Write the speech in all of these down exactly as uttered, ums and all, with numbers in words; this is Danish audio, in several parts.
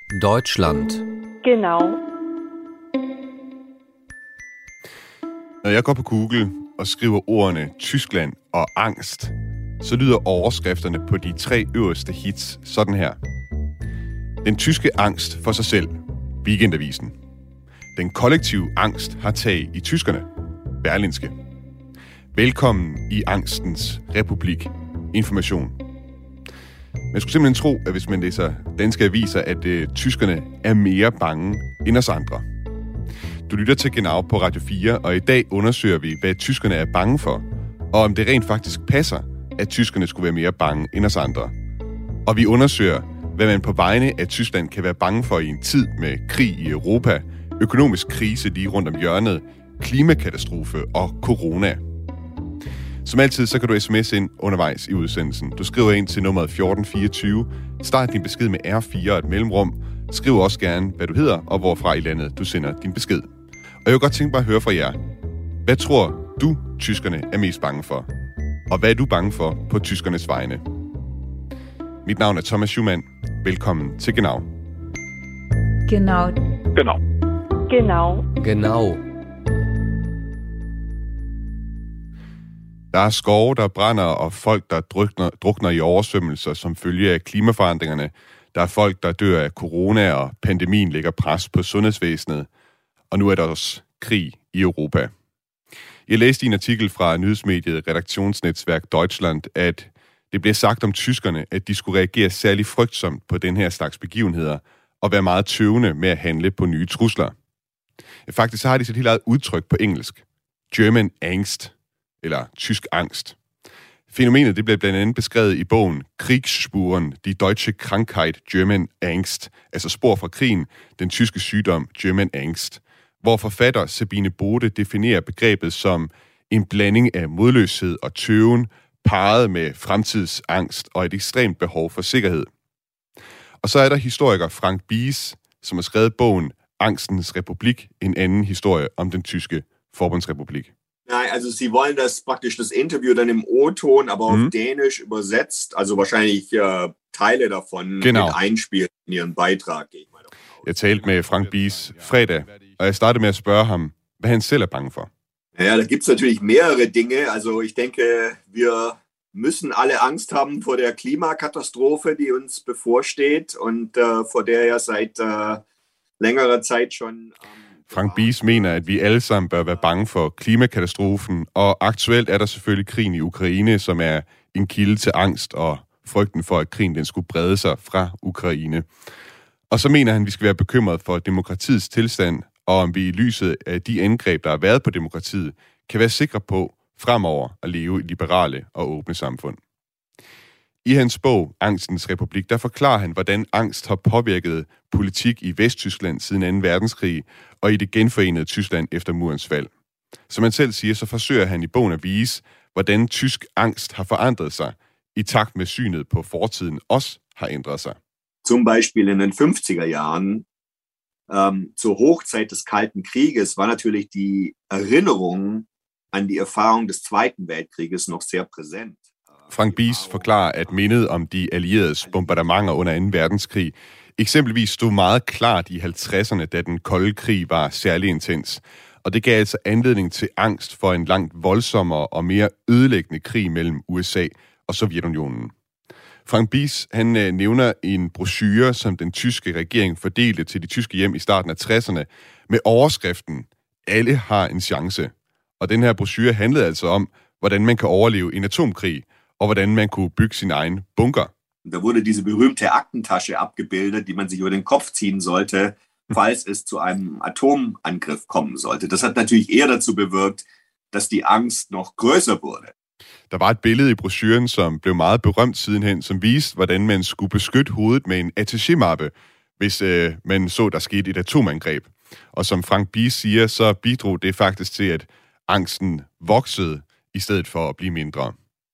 Deutschland. Genau. Når jeg går på Google og skriver ordene Tyskland og angst, så lyder overskrifterne på de tre øverste hits sådan her. Den tyske angst for sig selv. Weekendavisen. Den kollektive angst har tag i tyskerne. Berlingske. Velkommen i angstens republik. Information. Man skulle simpelthen tro, at hvis man læser danske aviser, at øh, tyskerne er mere bange end os andre. Du lytter til Genau på Radio fire, og i dag undersøger vi, hvad tyskerne er bange for, og om det rent faktisk passer, at tyskerne skulle være mere bange end os andre. Og vi undersøger, hvad man på vegne af Tyskland kan være bange for i en tid med krig i Europa, økonomisk krise lige rundt om hjørnet, klimakatastrofe og corona. Som altid, så kan du sms'e ind undervejs i udsendelsen. Du skriver ind til nummeret fjorten fireogtyve. Start din besked med R fire og et mellemrum. Skriv også gerne, hvad du hedder og hvorfra i landet du sender din besked. Og jeg vil godt tænke mig at høre fra jer. Hvad tror du, tyskerne er mest bange for? Og hvad er du bange for på tyskernes vegne? Mit navn er Thomas Schumann. Velkommen til Genau. Genau. Genau. Genau. Genau. Der er skove, der brænder, og folk, der drukner, drukner i oversvømmelser som følge af klimaforandringerne. Der er folk, der dør af corona, og pandemien lægger pres på sundhedsvæsenet. Og nu er der også krig i Europa. Jeg læste i en artikel fra nyhedsmediet Redaktionsnetzwerk Deutschland, at det blev sagt om tyskerne, at de skulle reagere særlig frygtsomt på den her slags begivenheder, og være meget tøvende med at handle på nye trusler. Faktisk så har de sit helt eget udtryk på engelsk. German Angst, eller tysk angst. Fænomenet det blev blandt andet beskrevet i bogen Kriegsspuren, die deutsche Krankheit German Angst, altså spor fra krigen, den tyske sygdom German Angst, hvor forfatter Sabine Bode definerer begrebet som en blanding af modløshed og tøven, parret med fremtidsangst og et ekstremt behov for sikkerhed. Og så er der historiker Frank Bies, som har skrevet bogen Angstens Republik, en anden historie om den tyske Forbundsrepublik. Nein, also Sie wollen das praktisch das Interview dann im O-Ton, aber auf mhm. Dänisch übersetzt, also wahrscheinlich uh, Teile davon genau. mit einspielen in Ihren Beitrag. Jeg talte med Frank Bies fredag, og jeg startede med at spørge ham, hvad han selv er bange for. Ja, da gibt's natürlich mehrere Dinge. Also ich denke, wir müssen alle Angst haben vor der Klimakatastrophe, die uns bevorsteht und uh, vor der ja seit uh, längerer Zeit schon... Um, Frank Bies mener, at vi alle sammen bør være bange for klimakatastrofen, og aktuelt er der selvfølgelig krigen i Ukraine, som er en kilde til angst og frygten for, at krigen den skulle brede sig fra Ukraine. Og så mener han, at vi skal være bekymret for demokratiets tilstand, og om vi i lyset af de angreb, der har været på demokratiet, kan være sikre på fremover at leve i liberale og åbne samfund. I hans bog, Angstens Republik, der forklarer han, hvordan angst har påvirket politik i Vesttyskland siden anden verdenskrig og i det genforenede Tyskland efter murens fald. Som han selv siger, så forsøger han i bogen at vise, hvordan tysk angst har forandret sig, i takt med synet på fortiden også har ændret sig. Zum Beispiel in den fünfziger Jahren, ähm, zur Hochzeit des Kalten Krieges, war natürlich die Erinnerung an die Erfahrung des Zweiten Weltkrieges noch sehr präsent. Frank Bies forklarer, at mindet om de allieredes bombardementer under anden verdenskrig eksempelvis stod meget klart i halvtredserne, da den kolde krig var særlig intens. Og det gav altså anledning til angst for en langt voldsommere og mere ødelæggende krig mellem U S A og Sovjetunionen. Frank Bies, han nævner en brochure, som den tyske regering fordelte til de tyske hjem i starten af tresserne, med overskriften "Alle har en chance". Og den her brochure handlede altså om, hvordan man kan overleve en atomkrig, og hvordan man kunne bygge sin egen bunker. Da wurde diese berühmte Aktentasche abgebildet, die man sich über den Kopf ziehen sollte, falls es zu einem Atomangriff kommen sollte. Das hat natürlich eher dazu bewirkt, dass die Angst noch größer wurde. Der var et billede i brochuren, som blev meget berømt sidenhen, som viste, hvordan man skulle beskytte hovedet med en attaché-mappe, hvis øh, man så, der skete et atomangreb. Og som Frank Bies siger, så bidrog det faktisk til, at angsten voksede, i stedet for at blive mindre.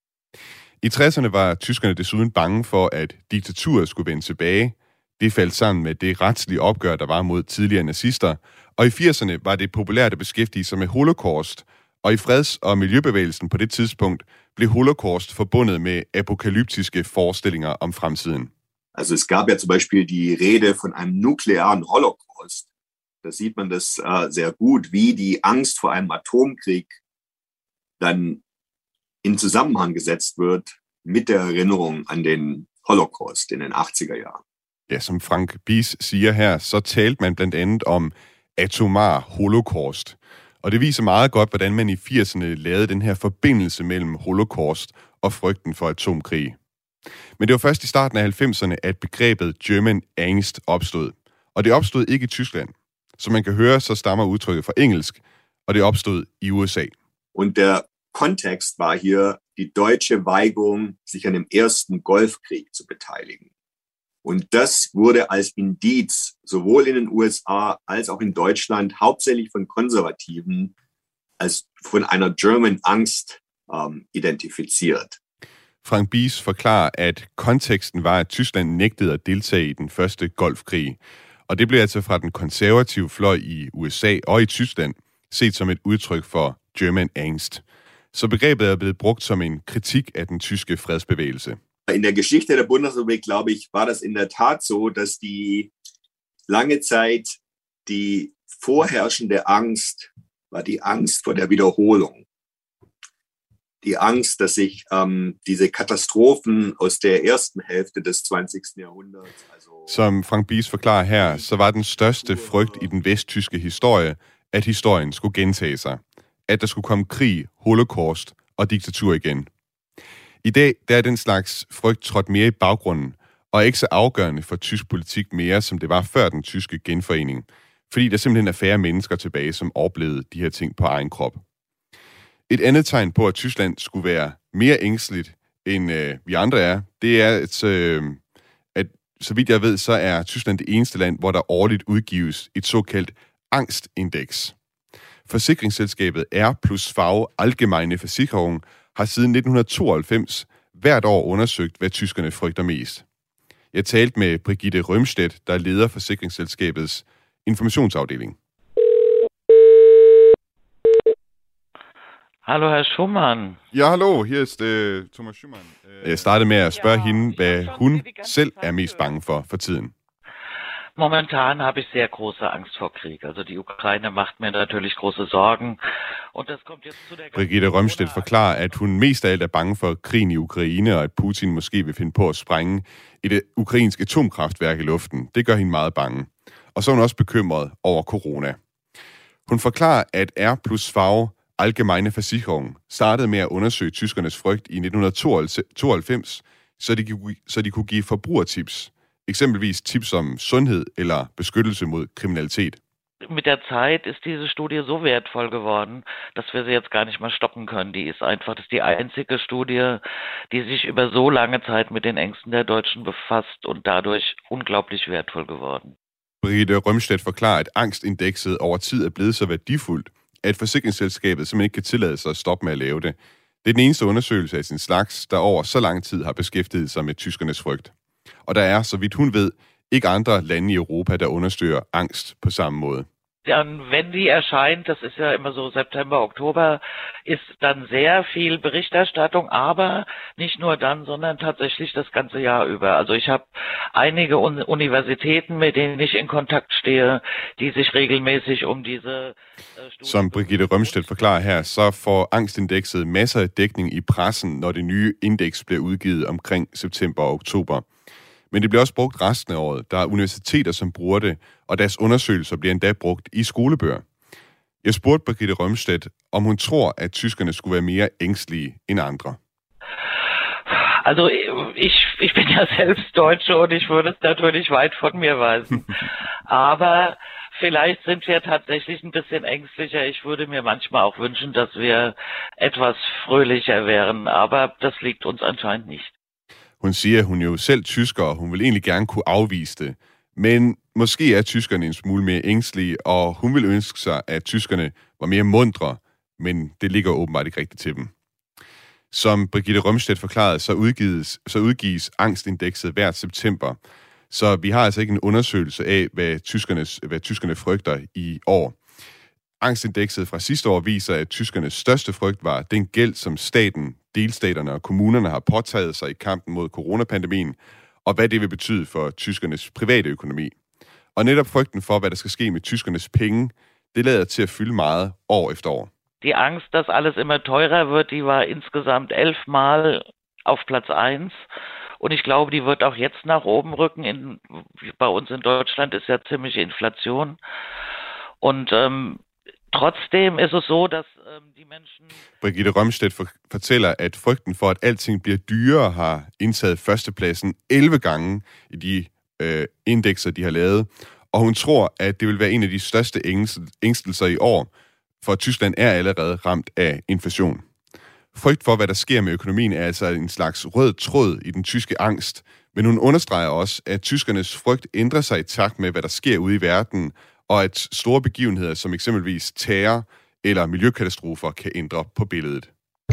I tresserne var tyskerne desuden bange for, at diktaturet skulle vende tilbage. Det faldt sammen med det retslige opgør, der var mod tidligere nazister. Og i firserne var det populært at beskæftige sig med holocaust. Og i freds- og miljøbevægelsen på det tidspunkt blev holocaust forbundet med apokalyptiske forestillinger om fremtiden. Also es gab ja zum Beispiel die Rede von einem nuklearen Holocaust. Da sieht man das äh, sehr gut, wie die Angst vor einem Atomkrieg dann in Zusammenhang gesetzt wird mit der Erinnerung an den Holocaust in den achtziger Jahren. Ja, som Frank Bies siger her, så talte man blandt andet om atomar holocaust. Og det viser meget godt, hvordan man i firserne lavede den her forbindelse mellem holocaust og frygten for atomkrig. Men det var først i starten af halvfemserne, at begrebet German Angst opstod. Og det opstod ikke i Tyskland. Som man kan høre, så stammer udtrykket fra engelsk, og det opstod i U S A. Und der Kontext war hier die deutsche Weigerung, sich an dem ersten Golfkrieg zu beteiligen. Und das wurde als Indiz sowohl in den U S A als auch in Deutschland hauptsächlich von Konservativen als von einer German Angst ähm, identifiziert. Frank Bies forklarer, at konteksten var, at Tyskland nægtede at deltage i den første golfkrig. Og det blev altså fra den konservative fløj i U S A og i Tyskland set som et udtryk for German Angst. Så begrebet er blevet brugt som en kritik af den tyske fredsbevægelse. In der Geschichte der Bundesrepublik, glaube ich, war das in der Tat so, dass die lange Zeit die vorherrschende Angst war die Angst vor der Wiederholung. Die Angst, dass sich ähm, diese Katastrophen aus der ersten Hälfte des zwanzigsten Jahrhunderts... Also Som Frank Bies forklarer her, så var den største frygt i den vesttyske historie, at historien skulle gentage sig. At der skulle komme krig, holocaust og diktatur igen. I dag der er den slags frygt trådt mere i baggrunden, og ikke så afgørende for tysk politik mere, som det var før den tyske genforening. Fordi der simpelthen er færre mennesker tilbage, som oplevede de her ting på egen krop. Et andet tegn på, at Tyskland skulle være mere ængsteligt, end øh, vi andre er, det er, at, øh, at så vidt jeg ved, så er Tyskland det eneste land, hvor der årligt udgives et såkaldt angstindeks. Forsikringsselskabet R plus V Allgemeine Versicherung har siden nitten tooghalvfems hvert år undersøgt, hvad tyskerne frygter mest. Jeg talte med Brigitte Rømstedt, der leder forsikringsselskabets informationsafdeling. Hallo, Herr Schumann. Ja, hallo, her er uh, Thomas Schumann. Uh, jeg startede med at spørge hende, hvad hun selv er mest bange for for tiden. Momentan habe ich sehr große Angst vor Krieg. Also die Ukraine macht mir natürlich große Sorgen. Und das kommt jetzt zu der Brigitte Rømstedt forklarer, at hun mest af alt er bange for krigen i Ukraine, og at Putin måske vil finde på at sprænge et ukrainsk atomkraftværk i luften. Det gør hende meget bange. Og så er hun også bekymret over corona. Hun forklarer, at R plus V Allgemeine Versicherung startede med at undersøge tyskernes frygt i nitten tooghalvfems, så de, så de kunne give forbrugertips. Eksempelvis tips om sundhed eller beskyttelse mod kriminalitet. Mit der Zeit ist diese Studie so wertvoll geworden, dass wir sie jetzt gar nicht mehr stoppen können. Die ist einfach, das ist die einzige Studie, die sich über so lange Zeit mit den Ängsten der Deutschen befasst und dadurch unglaublich wertvoll geworden. Brigitte Rømstedt forklarer, at angstindekset over tid er blevet så værdifuldt, at forsikringsselskabet simpelthen ikke kan tillade sig at stoppe med at lave det. Det er den eneste undersøgelse af sin slags, der over så lang tid har beskæftiget sig med tyskernes frygt. Og der er, så vidt hun ved, ikke andre lande i Europa, der understøtter angst på samme måde. Dann, wenn die erscheint, das ist ja immer so September, Oktober, ist dann sehr viel Berichterstattung, aber nicht nur dann, sondern tatsächlich das ganze Jahr über. Also ich habe einige Un- Universitäten, mit denen ich in Kontakt stehe, die sich regelmäßig um diese äh, Studien... Som Brigitte Rømstedt forklarer her, så får angstindekset masser af dækning i pressen, når det nye indeks bliver udgivet omkring september og oktober. Men det bliver også brugt resten af året. Der er universiteter, som bruger det, og deres undersøgelser bliver endda brugt i skolebøger. Jeg spurgte Brigitte Rømstedt, om hun tror, at tyskerne skulle være mere ængstlige end andre. Also ich, ich bin ja selbst Deutsche und ich würde es natürlich weit von mir weisen. Aber vielleicht sind wir tatsächlich ein bisschen ängstlicher. Ich würde mir manchmal auch wünschen, dass wir etwas fröhlicher wären. Aber das liegt uns anscheinend nicht. Hun siger, at hun jo selv tysker, og hun vil egentlig gerne kunne afvise det. Men måske er tyskerne en smule mere ængstlige, og hun vil ønske sig, at tyskerne var mere mundre, men det ligger åbenbart ikke rigtigt til dem. Som Brigitte Rømstedt forklarede, så udgives, så udgives angstindekset hvert september. Så vi har altså ikke en undersøgelse af, hvad, tyskernes, hvad tyskerne frygter i år. Angstindekset fra sidste år viser, at tyskernes største frygt var den gæld, som staten, delstaterne og kommunerne har påtaget sig i kampen mod coronapandemien, og hvad det vil betyde for tyskernes private økonomi. Og netop frygten for, hvad der skal ske med tyskernes penge, det lader til at fylde meget år efter år. Die Angst, dass alles immer teurer wird, die war insgesamt elfmal auf Platz eins. Und ich glaube, die wird auch jetzt nach oben rücken. In, bei uns in Deutschland ist ja ziemlich Inflation. Und ähm, trotzdem ist es so, dass ähm, die Menschen... Brigitte Rømstedt for, fortæller, at frygten for, at alting bliver dyrere, har indtaget førstepladsen elleve gange i de øh, indekser, de har lavet. Og hun tror, at det vil være en af de største ængstelser i år, for Tyskland er allerede ramt af inflation. Frygt for, hvad der sker med økonomien, er altså en slags rød tråd i den tyske angst, men hun understreger også, at tyskernes frygt ændrer sig i takt med, hvad der sker ude i verden, og at store begivenheder som eksempelvis terror eller miljøkatastrofer kan ændre på billedet.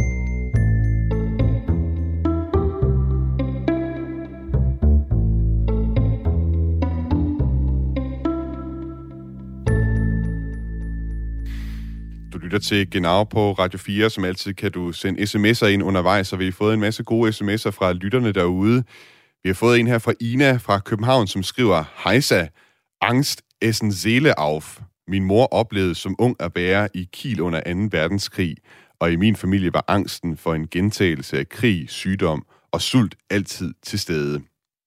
Lytter til Genau på Radio fire. Som altid kan du sende sms'er ind undervejs, og vi har fået en masse gode sms'er fra lytterne derude. Vi har fået en her fra Ina fra København, som skriver: Hejsa, Angst essen Seele auf. Min mor oplevede som ung at bære i Kiel under anden verdenskrig, og i min familie var angsten for en gentagelse af krig, sygdom og sult altid til stede.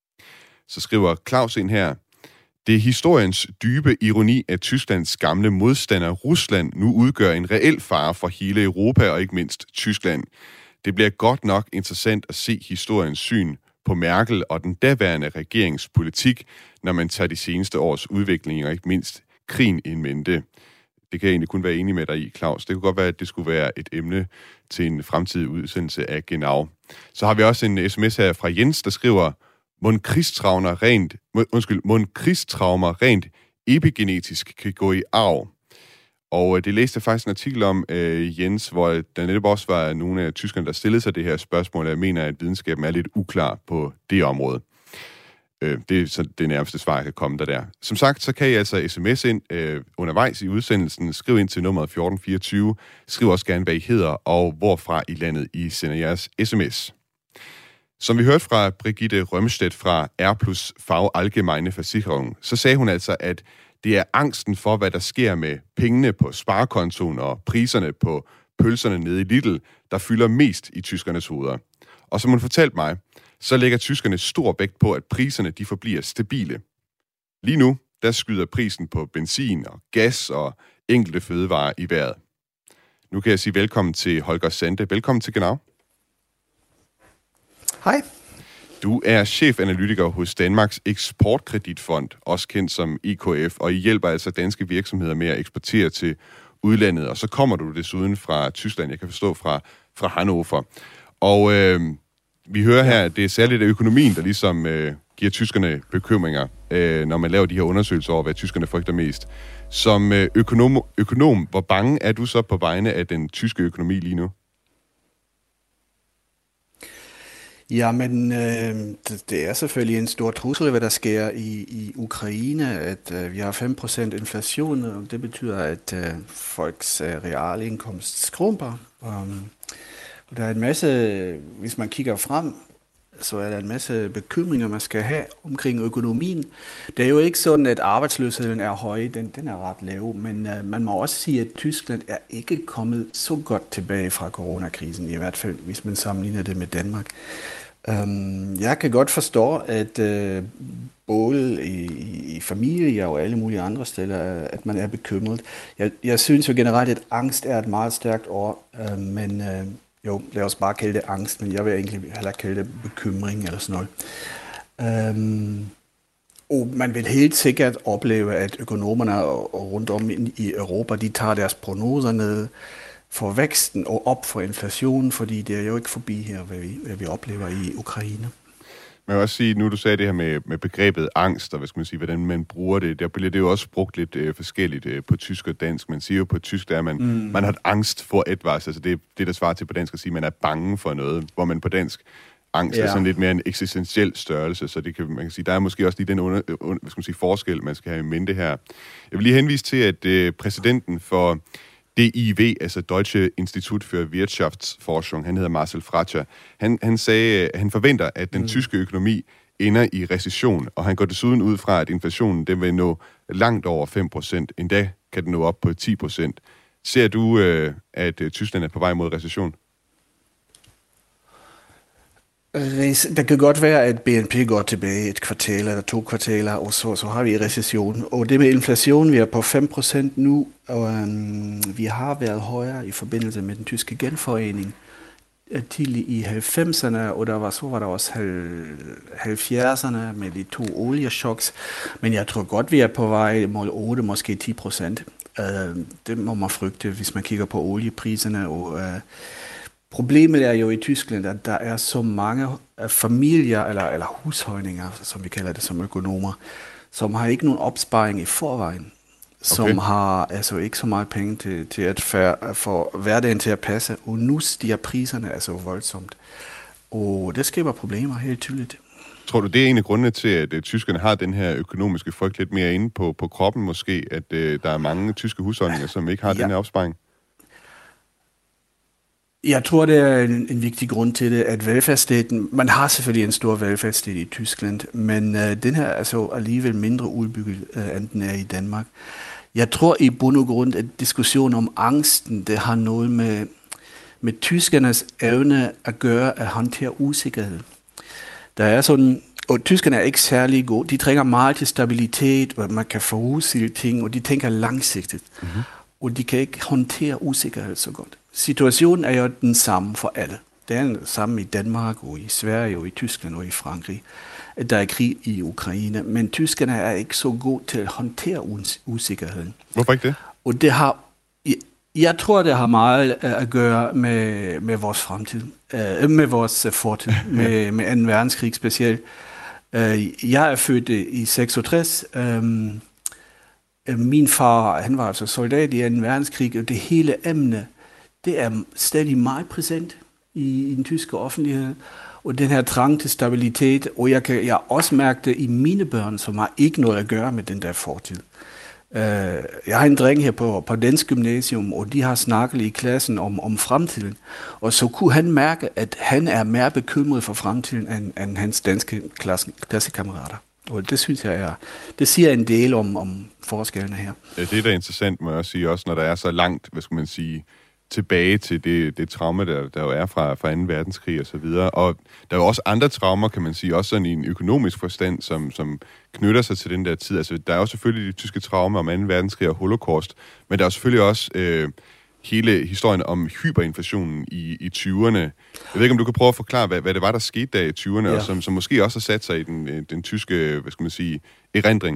Så skriver Claus ind her: Det er historiens dybe ironi, at Tysklands gamle modstander Rusland nu udgør en reel fare for hele Europa og ikke mindst Tyskland. Det bliver godt nok interessant at se historiens syn på Merkel og den daværende regeringspolitik, når man tager de seneste års udvikling og ikke mindst krigen in mente. Det kan jeg egentlig kun være enig med dig i, Claus. Det kunne godt være, at det skulle være et emne til en fremtidig udsendelse af Genau. Så har vi også en sms her fra Jens, der skriver: Mon krigstraumer rent, undskyld, mon krigstraumer rent epigenetisk kan gå i arv. Og det læste jeg faktisk en artikel om, øh, Jens, hvor der netop også var nogle af tyskerne, der stillede sig det her spørgsmål, og jeg mener, at videnskaben er lidt uklar på det område. Øh, det er så det nærmeste svar, jeg kan komme der der. Som sagt, så kan I altså sms ind øh, undervejs i udsendelsen. Skriv ind til nummeret fjorten fireogtyve. Skriv også gerne, hvad I hedder, og hvorfra i landet I sender jeres sms. Som vi hørte fra Brigitte Rømstedt fra R plus Fag Allgemeine Versicherung, så sagde hun altså, at det er angsten for, hvad der sker med pengene på sparekontoen og priserne på pølserne nede i Lidl, der fylder mest i tyskernes hoveder. Og som hun fortalte mig, så lægger tyskerne stor vægt på, at priserne de forbliver stabile. Lige nu, der skyder prisen på benzin og gas og enkelte fødevarer i vejret. Nu kan jeg sige velkommen til Holger Sande. Velkommen til Genau. Hej. Du er chefanalytiker hos Danmarks Eksportkreditfond, også kendt som E K F, og I hjælper altså danske virksomheder med at eksportere til udlandet. Og så kommer du desuden fra Tyskland, jeg kan forstå fra, fra Hannover. Og øh, vi hører her, at det er særligt økonomien, der ligesom øh, giver tyskerne bekymringer, øh, når man laver de her undersøgelser over, hvad tyskerne frygter mest. Som øh, økonom, økonom, hvor bange er du så på vegne af den tyske økonomi lige nu? Ja, men øh, det, det er selvfølgelig en stor trussel, hvad der sker i, i Ukraine, at øh, vi har fem procent inflation, og det betyder, at øh, folks øh, reale indkomst skrumper. Um, og der er en masse, hvis man kigger frem, så er der en masse bekymringer, man skal have omkring økonomien. Det er jo ikke sådan, at arbejdsløsheden er høj, den, den er ret lav, men øh, man må også sige, at Tyskland er ikke kommet så godt tilbage fra coronakrisen, i hvert fald hvis man sammenligner det med Danmark. Um, jeg kan godt forstå, at øh, både i, i familie og alle mulige andre steder, at man er bekymret. Jeg, jeg synes jo generelt, at angst er et meget stærkt ord, øh, men øh, jo, lad os bare kalde det angst, men jeg vil egentlig heller kalde det bekymring eller sådan noget. Um, og man vil helt sikkert opleve, at økonomerne rundt om i Europa, de tager deres prognoser ned for væksten og op for inflationen, fordi det er jo ikke forbi her, hvad vi, hvad vi oplever i Ukraine. Man kan også sige, nu du sagde det her med, med begrebet angst, og hvad skal man sige, hvordan man bruger det, der bliver det jo også brugt lidt øh, forskelligt øh, på tysk og dansk. Man siger jo på tysk, der er man, mm. man har angst for etwas, altså det, det der svarer til på dansk at sige, man er bange for noget, hvor man på dansk angst ja. er sådan lidt mere en eksistentiel størrelse, så det kan man kan sige, der er måske også lige den under, under, hvad skal man sige, forskel, man skal have i mente her. Jeg vil lige henvise til, at øh, præsidenten for D I W, altså Deutsche Institut für Wirtschaftsforschung, han hedder Marcel Fratscher, han, han sagde, at han forventer, at den mm. tyske økonomi ender i recession, og han går desuden ud fra, at inflationen den vil nå langt over fem procent. Endda kan den nå op på ti procent. Ser du, øh, at øh, Tyskland er på vej mod recession? Det kan godt være, at B N P går tilbage et kvartal eller to kvartaler, og så, så har vi recession. Og det med inflation, vi er på fem procent nu, og um, vi har været højere i forbindelse med den tyske genforening tidligt i halvfemserne, og der var, så var der også halvfjerdserne med de to oliechoks. Men jeg tror godt, vi er på vej mod otte, måske ti procent. Uh, det må man frygte, hvis man kigger på oliepriserne. Og, uh, problemet er jo i Tyskland, at der er så mange familier, eller, eller husholdninger, som vi kalder det som økonomer, som har ikke nogen opsparing i forvejen. Som okay. har altså ikke så meget penge til, til at få hverdagen til at passe. Og nu stiger priserne altså voldsomt. Og det skaber problemer helt tydeligt. Tror du, det er en af grundene til, at uh, tyskerne har den her økonomiske frygt lidt mere inde på, på kroppen måske, at uh, der er mange tyske husholdninger, som ikke har ja. den her opsparing? Jeg tror, det er en, en vigtig grund til det, at velfærdsstaten, man har selvfølgelig en stor velfærdsstat i Tyskland, men uh, den her er altså alligevel mindre udbygget, uh, end den er i Danmark. Jeg tror i bund og grund, at diskussionen om angsten, det har noget med, med tyskernes evne at gøre at håndtere usikkerhed. Der er sådan, og tyskerne er ikke særlig gode. De trænger meget til stabilitet, og man kan forudsige ting, og de tænker langsigtet. Mm-hmm. Og de kan ikke håndtere usikkerhed så godt. Situationen er jo den samme for alle. Det er den samme i Danmark, og i Sverige, og i Tyskland, og i Frankrig. Der er krig i Ukraine, men tyskerne er ikke så gode til at håndtere us- usikkerheden. Hvorfor ikke det? Og det har, jeg, jeg tror, det har meget at gøre med, med vores fremtid, øh, med vores fortid, med, med anden verdenskrig specielt. Øh, jeg er født i seksogtres. Øh, min far, han var altså soldat i anden verdenskrig, og det hele emne, det er stadig meget præsent i, i den tyske offentlighed. Og den her trang til stabilitet, og jeg kan jeg også mærke det i mine børn, som har ikke noget at gøre med den der fortid. Uh, jeg har en dreng her på, på Dansk Gymnasium, og de har snakket i klassen om, om fremtiden. Og så kunne han mærke, at han er mere bekymret for fremtiden, end, end hans danske klasse, klassekammerater. Og det synes jeg er, det siger en del om, om forskellene her. Ja, det er da interessant, må jeg også sige, også når der er så langt, hvad skal man sige, tilbage til det, det traume, der, der jo er fra, fra anden verdenskrig og så videre. Og der er jo også andre traumer, kan man sige, også sådan i en økonomisk forstand, som, som knytter sig til den der tid. Altså, der er jo selvfølgelig de tyske traumer om anden verdenskrig og holocaust, men der er jo selvfølgelig også øh, hele historien om hyperinflationen i, i tyverne. Jeg ved ikke, om du kan prøve at forklare, hvad, hvad det var, der skete der i tyverne, ja. og som, som måske også har sat sig i den, den tyske, hvad skal man sige, erindring.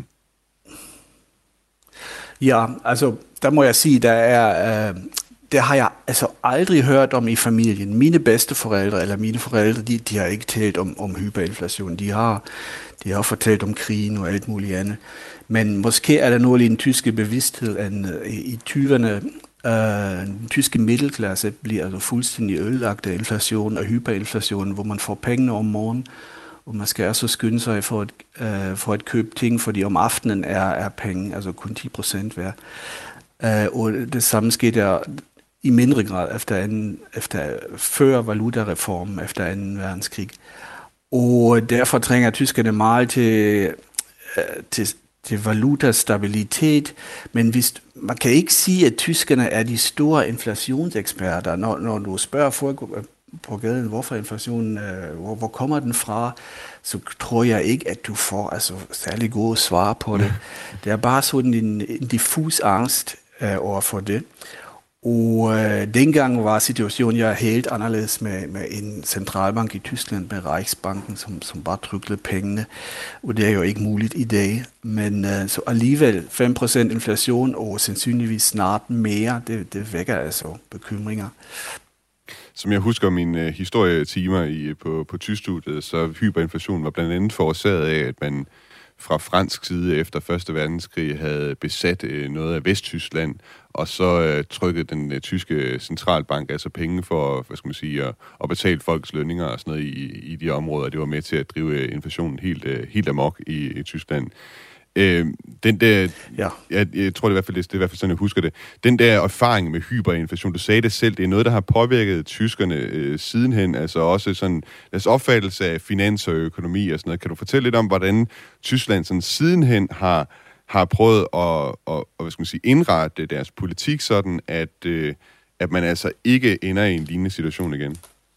Ja, altså, der må jeg sige, der er... Øh Det har jeg altså aldrig hørt om i familien. Mine bedsteforældre eller mine forældre, de, de har ikke talt om, om hyperinflation. De har, de har fortalt om krigen og alt muligt andet. Men måske er der noget i den tyske bevidsthed, at i tyverne, øh, den tyske middelklasse bliver altså fuldstændig ødelagt af inflation og hyperinflation, hvor man får pengene om morgenen, og man skal også skynde sig for at, øh, for at købe ting, fordi om aftenen er, er penge, altså kun ti procent værd. Uh, og det samme skete der i mindre grad efter, anden, efter før valutareformen, efter anden verdenskrig. Og derfor trænger tyskerne meget til, uh, til, til valutastabilitet, men hvis, man kan ikke sige, at tyskerne er de store inflationseksperter. Når, når du spørger folk på gaden, hvorfor inflationen, uh, hvor, hvor kommer den fra, så tror jeg ikke, at du får altså, særlig gode svar på det. Det er bare sådan en, en diffus angst uh, over for det. Og uh, dengang var situationen ja helt anderledes med, med en centralbank i Tyskland, med Reichsbanken, som, som bare trykte pengene. Og det er jo ikke muligt i dag. Men uh, så alligevel fem procent inflation, og sandsynligvis snart mere, det, det vækker altså bekymringer. Som jeg husker mine historietimer i, på, på tyskstudiet, så hyperinflation var blandt andet forårsaget af, at man fra fransk side efter første verdenskrig havde besat øh, noget af Vesttyskland, og så øh, trykkede den øh, tyske centralbank altså penge for, hvad skal man sige, at, at betale folks lønninger og sådan noget i, i de områder. Det var med til at drive inflationen helt, øh, helt amok i, i Tyskland. Øh, den der, ja. jeg, jeg tror det er i hvert fald, det er i hvert fald sådan, jeg husker det. Den der erfaring med hyperinflation, du sagde det selv, det er noget, der har påvirket tyskerne øh, sidenhen, altså også sådan deres opfattelse af finans og økonomi og sådan noget. Kan du fortælle lidt om, hvordan Tyskland sådan sidenhen har, har prøvet at, at, at hvad skal man sige, indrette deres politik sådan, at, øh, at man altså ikke ender i en lignende situation igen?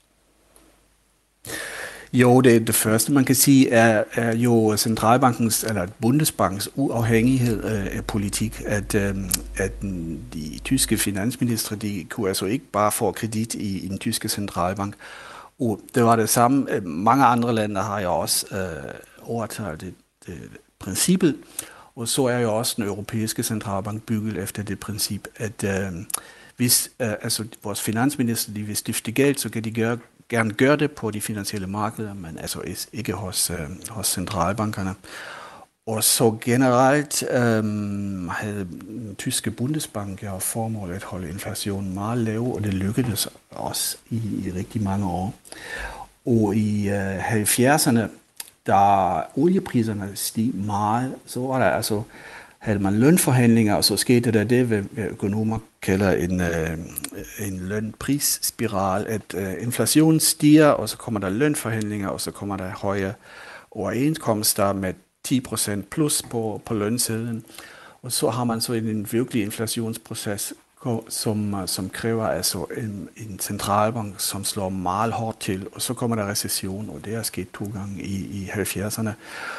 Jo, det, det første, man kan sige, er, er jo centralbankens, eller Bundesbankens uafhængighed øh, af politik, at, øh, at de tyske finansministre, de kunne altså ikke bare få kredit i, i den tyske centralbank. Og det var det samme. Mange andre lande har jo også øh, overtaget det, det princippet, og så er jo også den europæiske centralbank bygget efter det princip, at øh, hvis øh, altså vores finansminister, de vil stifte gæld, så kan de gøre gerne gøre det på de finansielle markeder, men altså ikke hos, øh, hos centralbankerne. Og så generelt øh, havde den tyske Bundesbank jo formål at holde inflationen meget lav, og det lykkedes også i, i rigtig mange år. Og i øh, halvfjerdserne, da oliepriserne steg meget, så var der altså havde man lønforhandlinger, og så skete der det, hvad økonomer kalder en, øh, en lønprisspiral, at øh, inflationen stiger, og så kommer der lønforhandlinger, og så kommer der høje overenskomster med ti procent plus på, på lønsedlen. Og så har man så en virkelig inflationsproces, som, som kræver altså en, en centralbank, som slår meget hårdt til, og så kommer der recession, og det er sket to gange i, i halvfjerdserne.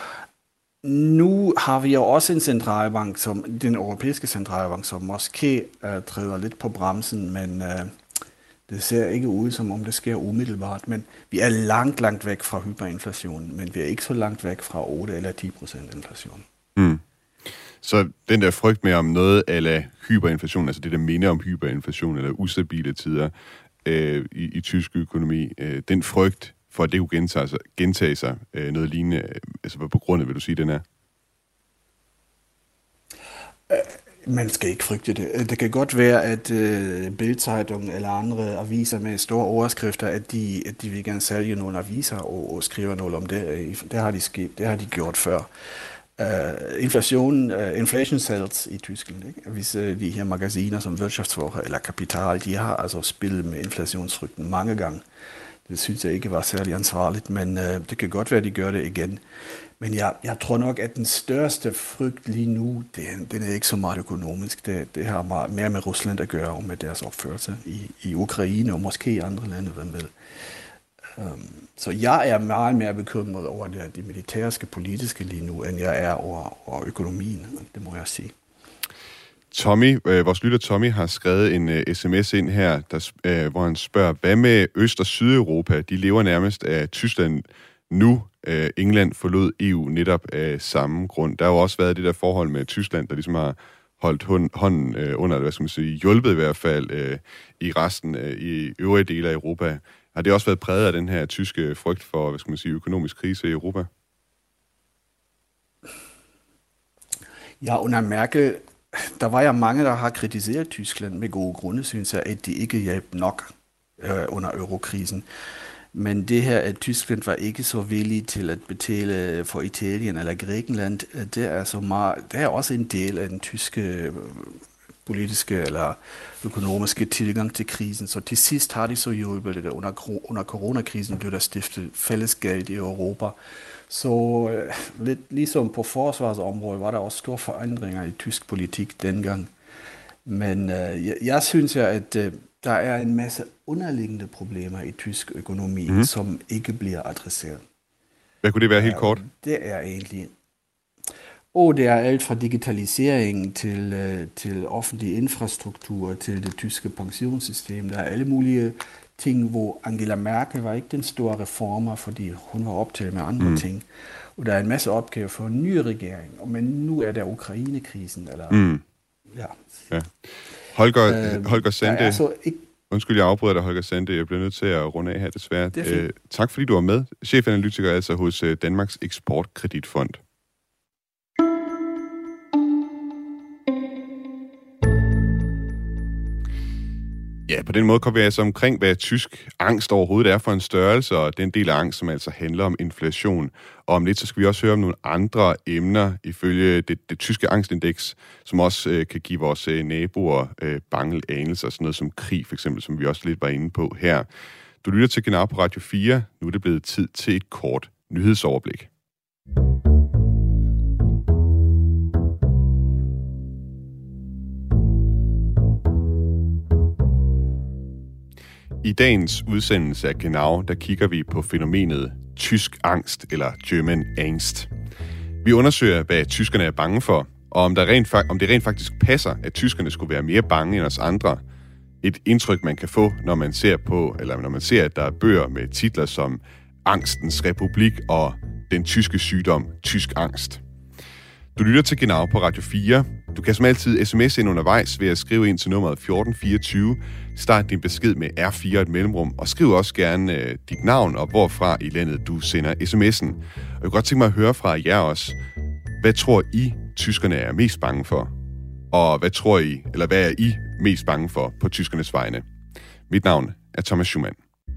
Nu har vi jo også en centralbank, som den europæiske centralbank, som måske uh, træder lidt på bremsen, men uh, det ser ikke ud, som om det sker umiddelbart. Men vi er langt, langt væk fra hyperinflation, men vi er ikke så langt væk fra otte eller ti procent inflation. Mm. Så den der frygt med om noget eller hyperinflation, altså det der minder om hyperinflation eller ustabile tider øh, i, i tysk økonomi, øh, den frygt for at det kunne gentage sig, gentage sig øh, noget lignende, altså hvad på grund af, vil du sige, den er? Man skal ikke frygte det. Det kan godt være, at øh, Bild-Zeitung eller andre aviser med store overskrifter, at de, at de vil gerne sælge nogle aviser og, og skrive noget om det. Det har de, skidt, det har de gjort før. Uh, inflation, uh, inflation sells i Tyskland. Ikke? Hvis uh, de her magasiner som Wirtschaftswoche eller Kapital, de har altså spillet med inflationsfrygten mange gange. Det synes jeg ikke var særlig ansvarligt, men uh, det kan godt være, at de gør det igen. Men jeg, jeg tror nok, at den største frygt lige nu, det, den er ikke så meget økonomisk. Det, det har meget mere med Rusland at gøre, og med deres opførsel i, i Ukraine, og måske i andre lande, hvem vil. Um, så jeg er meget mere bekymret over det, det militæriske politiske lige nu, end jeg er over, over økonomien, det må jeg sige. Tommy, øh, vores lytter Tommy har skrevet en øh, sms ind her, der, øh, hvor han spørger, hvad med Øst- og Sydeuropa? De lever nærmest af Tyskland nu. Øh, England forlod E U netop af samme grund. Der har jo også været det der forhold med Tyskland, der ligesom har holdt hånd, hånden øh, under, hvad skal man sige, hjulpet i hvert fald øh, i resten, øh, i øvrige dele af Europa. Har det også været præget af den her tyske frygt for, hvad skal man sige, økonomisk krise i Europa? Ja, under Merkel, der var jo mange, der har kritiseret Tyskland med gode grunde, synes jeg, at de ikke hjalp nok øh, under eurokrisen. Men det her, at Tyskland var ikke så villig til at betale for Italien eller Grækenland, det er, så meget, det er også en del af den tyske politiske eller økonomiske tilgang til krisen. Så til sidst har de så hjulpet det. Under, under coronakrisen blev der stiftet fællesgæld i Europa. Så øh, lidt ligesom på forsvarsområdet var der også store forandringer i tysk politik dengang. Men øh, jeg, jeg synes ja, at øh, der er en masse underliggende problemer i tysk økonomi, mm. som ikke bliver adresseret. Hvad kunne det være helt kort? Ja, det er egentlig... Og det er alt fra digitalisering til, øh, til offentlig infrastruktur, til det tyske pensionssystem. Der er alle mulige ting, hvor Angela Merkel var ikke den store reformer, fordi hun var optaget med andre mm. ting. Og der er en masse opgaver for en ny regering. Men nu er der Ukraine-krisen. Eller, mm. ja. Ja. Holger, øh, Holger Sande. Altså ikke... Undskyld, jeg afbryder dig, Holger Sande. Jeg bliver nødt til at runde af her, desværre. Øh, tak fordi du var med. Chefanalytiker altså hos Danmarks Eksportkreditfond. Ja, Ja, på den måde kommer vi altså omkring, hvad tysk angst overhovedet er for en størrelse, og den del af angst, som altså handler om inflation. Og om lidt, så skal vi også høre om nogle andre emner, ifølge det, det tyske angstindeks, som også øh, kan give vores øh, naboer øh, bange anelser, sådan noget som krig, for eksempel, som vi også lidt var inde på her. Du lytter til Genau på Radio fire. Nu er det blevet tid til et kort nyhedsoverblik. I dagens udsendelse af Genau, der kigger vi på fænomenet tysk angst, eller German Angst. Vi undersøger, hvad tyskerne er bange for, og om, der rent, om det rent faktisk passer, at tyskerne skulle være mere bange end os andre. Et indtryk, man kan få, når man ser på, eller når man ser, at der er bøger med titler som Angstens Republik og Den tyske sygdom, Tysk Angst. Du lytter til Genau på Radio fire. Du kan som altid sms'e ind undervejs ved at skrive ind til nummeret fjorten fireogtyve. Start din besked med R fire og et mellemrum, og skriv også gerne øh, dit navn og hvorfra i landet du sender sms'en. Og jeg kunne godt tænke mig at høre fra jer også. Hvad tror I, tyskerne er mest bange for? Og hvad tror I, eller hvad er I mest bange for på tyskernes vegne? Mit navn er Thomas Schumann.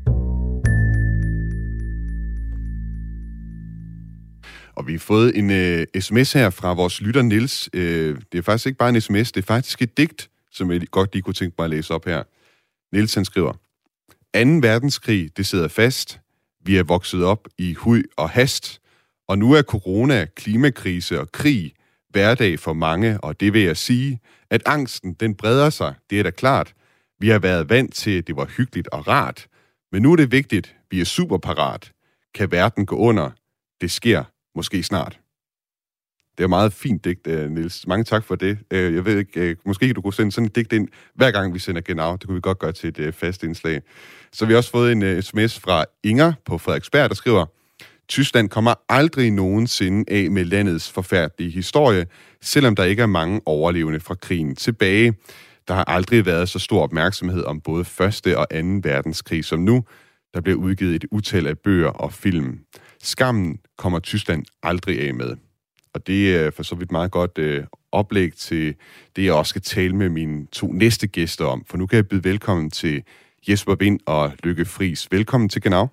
Og vi har fået en øh, sms her fra vores lytter Niels. Øh, det er faktisk ikke bare en sms, det er faktisk et digt, som jeg godt lige kunne tænke mig at læse op her. Niels han skriver: anden verdenskrig, det sidder fast. Vi er vokset op i hui og hast. Og nu er corona, klimakrise og krig hverdag for mange, og det vil jeg sige, at angsten, den breder sig, det er da klart. Vi har været vant til, at det var hyggeligt og rart. Men nu er det vigtigt, vi er super parat. Kan verden gå under? Det sker måske snart. Det er meget fint digt, Niels. Mange tak for det. Jeg ved ikke, måske du kunne sende sådan et digt ind, hver gang vi sender Genau. Det kunne vi godt gøre til et fast indslag. Så har vi også fået en sms fra Inger på Frederiksberg, der skriver: Tyskland kommer aldrig nogensinde af med landets forfærdelige historie, selvom der ikke er mange overlevende fra krigen tilbage. Der har aldrig været så stor opmærksomhed om både første og anden verdenskrig som nu. Der bliver udgivet et utal af bøger og film. Skammen kommer Tyskland aldrig af med. Og det er for så vidt meget godt øh, oplæg til det, jeg også skal tale med mine to næste gæster om. For nu kan jeg byde velkommen til Jesper Wind og Lykke Friis. Velkommen til Genau.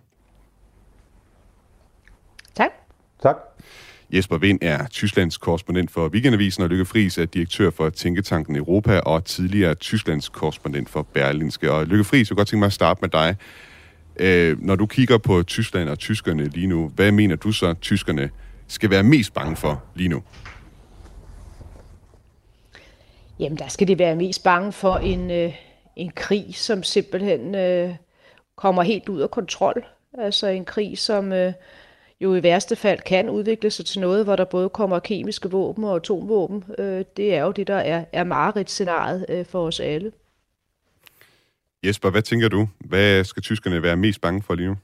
Tak. Tak. Jesper Wind er Tysklands korrespondent for Weekendavisen, og Lykke Friis er direktør for Tænketanken Europa og tidligere Tysklands korrespondent for Berlingske. Og Lykke Friis, jeg kunne godt tænke mig at starte med dig. Øh, når du kigger på Tyskland og tyskerne lige nu, hvad mener du så, tyskerne skal være mest bange for lige nu? Jamen, der skal de være mest bange for en, øh, en krig, som simpelthen øh, kommer helt ud af kontrol. Altså en krig, som øh, jo i værste fald kan udvikle sig til noget, hvor der både kommer kemiske våben og atomvåben. Øh, det er jo det, der er, er mareridtscenariet øh, for os alle. Jesper, hvad tænker du? Hvad skal tyskerne være mest bange for lige nu?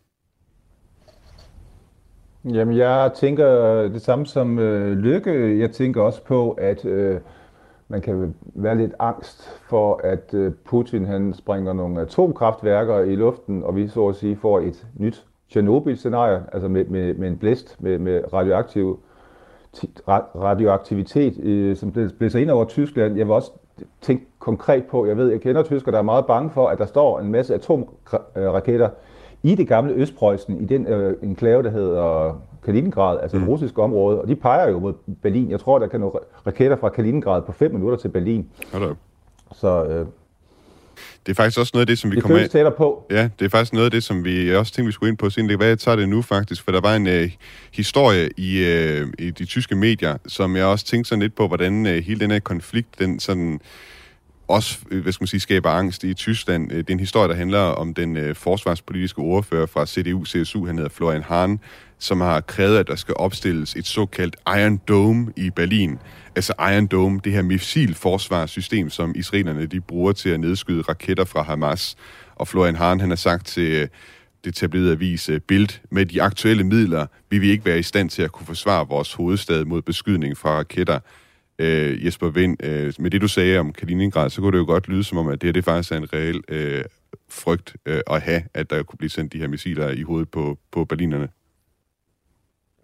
Jamen, jeg tænker det samme som øh, Lykke. Jeg tænker også på, at øh, man kan være lidt angst for, at øh, Putin han springer nogle atomkraftværker i luften, og vi så at sige får et nyt Tjernobyl-scenarie, altså med, med, med en blæst med, med radioaktiv, radioaktivitet, øh, som blæser ind over Tyskland. Jeg vil også tænke konkret på, jeg ved, jeg kender tyskere, der er meget bange for, at der står en masse atomraketter i det gamle Østpreussen, i den øh, enklave, der hedder Kaliningrad, altså mm. det russiske område, og de peger jo mod Berlin. Jeg tror, der kan nå raketter fra Kaliningrad på fem minutter til Berlin. Hello. Så øh, det er faktisk også noget af det, som vi det kommer af... tættere på. Ja, det er faktisk noget af det, som vi også tænkte, vi skulle ind på siden. Det, hvad jeg tager det nu faktisk, for der var en øh, historie i, øh, i de tyske medier, som jeg også tænkte sådan lidt på, hvordan øh, hele den her konflikt, den sådan også, hvad skal man sige, skaber angst i Tyskland. Det er en historie, der handler om den øh, forsvarspolitiske ordfører fra C D U C S U, han hedder Florian Hahn, som har krævet, at der skal opstilles et såkaldt Iron Dome i Berlin. Altså Iron Dome, det her missilforsvarssystem, som israelerne de bruger til at nedskyde raketter fra Hamas. Og Florian Hahn, han har sagt til det tabloide avis Bild, med de aktuelle midler vil vi ikke være i stand til at kunne forsvare vores hovedstad mod beskydning fra raketter. Øh, Jesper Wind, øh, med det du sagde om Kaliningrad, så kunne det jo godt lyde som om, at det her det faktisk er en reel øh, frygt øh, at have, at der kunne blive sendt de her missiler i hovedet på, på berlinerne.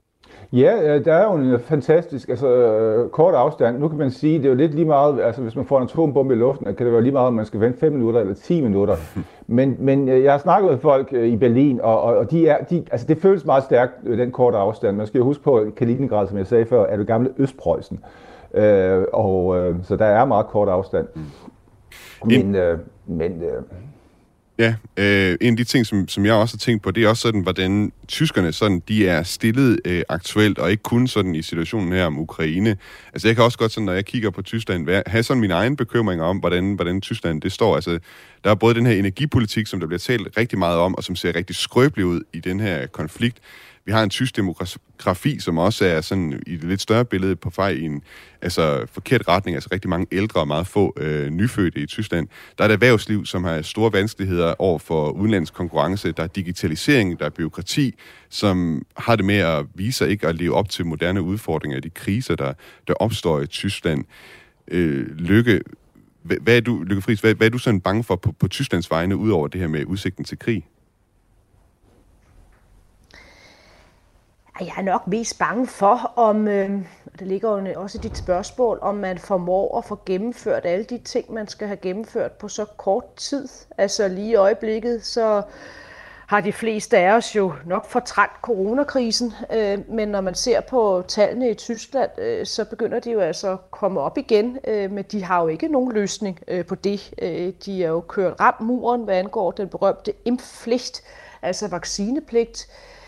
Ja, der er jo en fantastisk altså, kort afstand. Nu kan man sige, det er jo lidt lige meget, altså hvis man får en atombombe i luften, kan det være lige meget, om man skal vente fem minutter eller ti minutter. Men, men jeg har snakket med folk i Berlin, og, og de er, de, altså det føles meget stærkt, den korte afstand. Man skal jo huske på, Kaliningrad, som jeg sagde før, er det gamle Østpreussen. Øh, og øh, så der er meget kort afstand. Men, øh, men øh, Ja, øh, en af de ting, som, som jeg også har tænkt på, det er også sådan, hvordan tyskerne sådan, de er stillet øh, aktuelt, og ikke kun sådan i situationen her om Ukraine. Altså jeg kan også godt sådan, når jeg kigger på Tyskland, have sådan mine egne bekymringer om, hvordan, hvordan Tyskland det står. Altså der er både den her energipolitik, som der bliver talt rigtig meget om, og som ser rigtig skrøbelig ud i den her konflikt. Vi har en tysk demografi, som også er sådan i et lidt større billede på vej i en altså, forkert retning. Altså rigtig mange ældre og meget få øh, nyfødte i Tyskland. Der er et erhvervsliv, som har store vanskeligheder over for udenlandsk konkurrence. Der er digitalisering, der er byråkrati, som har det med at vise sig ikke at leve op til moderne udfordringer af de kriser, der, der opstår i Tyskland. Øh, Lykke, hvad er du, Lykke Friis, hvad, hvad er du sådan bange for på, på Tysklands vegne, ud over det her med udsigten til krig? Jeg er nok mest bange for, om, øh, det ligger jo også i dit spørgsmål, om man formår at få gennemført alle de ting, man skal have gennemført på så kort tid. Altså lige i øjeblikket, så har de fleste af os jo nok fortrængt coronakrisen, øh, men når man ser på tallene i Tyskland, øh, så begynder de jo altså at komme op igen, øh, men de har jo ikke nogen løsning øh, på det. Øh, de er jo kørt ramt muren, hvad angår den berømte impfpligt, altså vaccinepligt,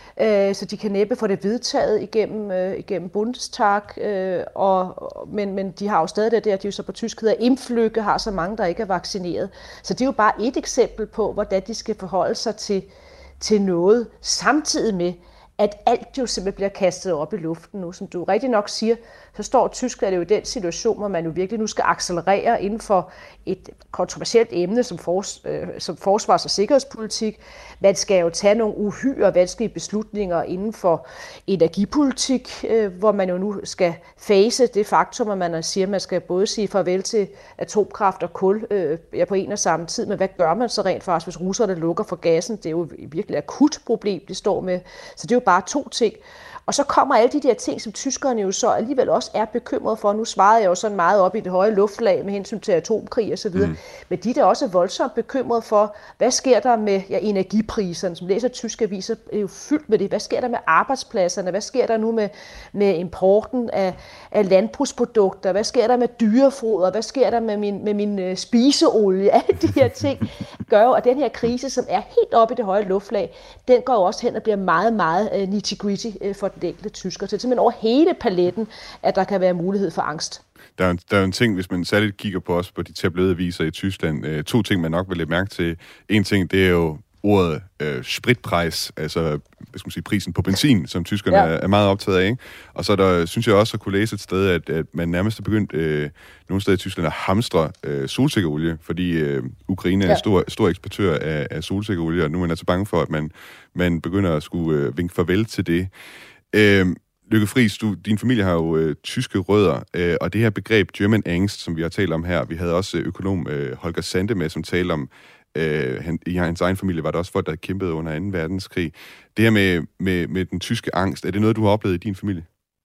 så de kan næppe få det vedtaget igennem, øh, igennem Bundestag, øh, og, men, men de har jo stadig det der, de jo så på tysk hedder Impflücke, har så mange, der ikke er vaccineret. Så det er jo bare et eksempel på, hvordan de skal forholde sig til, til noget, samtidig med, at alt jo simpelthen bliver kastet op i luften nu. Som du rigtig nok siger, så står Tyskland jo i den situation, hvor man jo virkelig nu skal accelerere inden for et kontroversielt emne som, fors, øh, som forsvars- og sikkerhedspolitik. Man skal jo tage nogle uhyre vanskelige beslutninger inden for energipolitik, øh, hvor man jo nu skal face det faktum, at man siger, at man skal både sige farvel til atomkraft og kul øh, ja, på en og samme tid. Men hvad gør man så rent faktisk, hvis russerne lukker for gassen? Det er jo et virkelig akut problem, de står med. Så det er jo bare to ting. Og så kommer alle de der ting, som tyskerne jo så alligevel også er bekymrede for. Nu svarede jeg jo sådan meget op i det høje luftlag med hensyn til atomkrig og så videre. Mm. Men de er da også voldsomt bekymrede for, hvad sker der med ja, energipriserne, som læser tyske aviser, er jo fyldt med det. Hvad sker der med arbejdspladserne? Hvad sker der nu med, med importen af, af landbrugsprodukter? Hvad sker der med dyrefoder? Hvad sker der med min, med min uh, spiseolie? Alle de her ting gør jo, at den her krise, som er helt oppe i det høje luftlag, den går jo også hen og bliver meget, meget uh, nitty-gritty uh, for den enkelte tysker. Så det er simpelthen over hele paletten, at der kan være mulighed for angst. Der er, der er en ting, hvis man særligt kigger på os på de tabloidaviser i Tyskland. Øh, to ting, man nok vil lægge mærke til. En ting, det er jo ordet øh, spritpris, altså hvad skal man sige, prisen på benzin, som tyskerne ja. er, er meget optaget af. Ikke? Og så der, synes jeg også at kunne læse et sted, at, at man nærmest er begyndt øh, nogle steder i Tyskland at hamstre øh, solsikkeolie, fordi øh, Ukraine er ja. en stor, stor eksportør af, af solsikkeolie, og nu er man altså bange for, at man, man begynder at skulle øh, vinke farvel til det. Øh, Lykke Friis, du, din familie har jo øh, tyske rødder, øh, og det her begreb German Angst, som vi har talt om her, vi havde også økonom øh, Holger Sande med, som talte om, øh, han, i hans egen familie var der også folk, der kæmpede under anden verdenskrig. Det her med, med, med den tyske angst, er det noget, du har oplevet i din familie?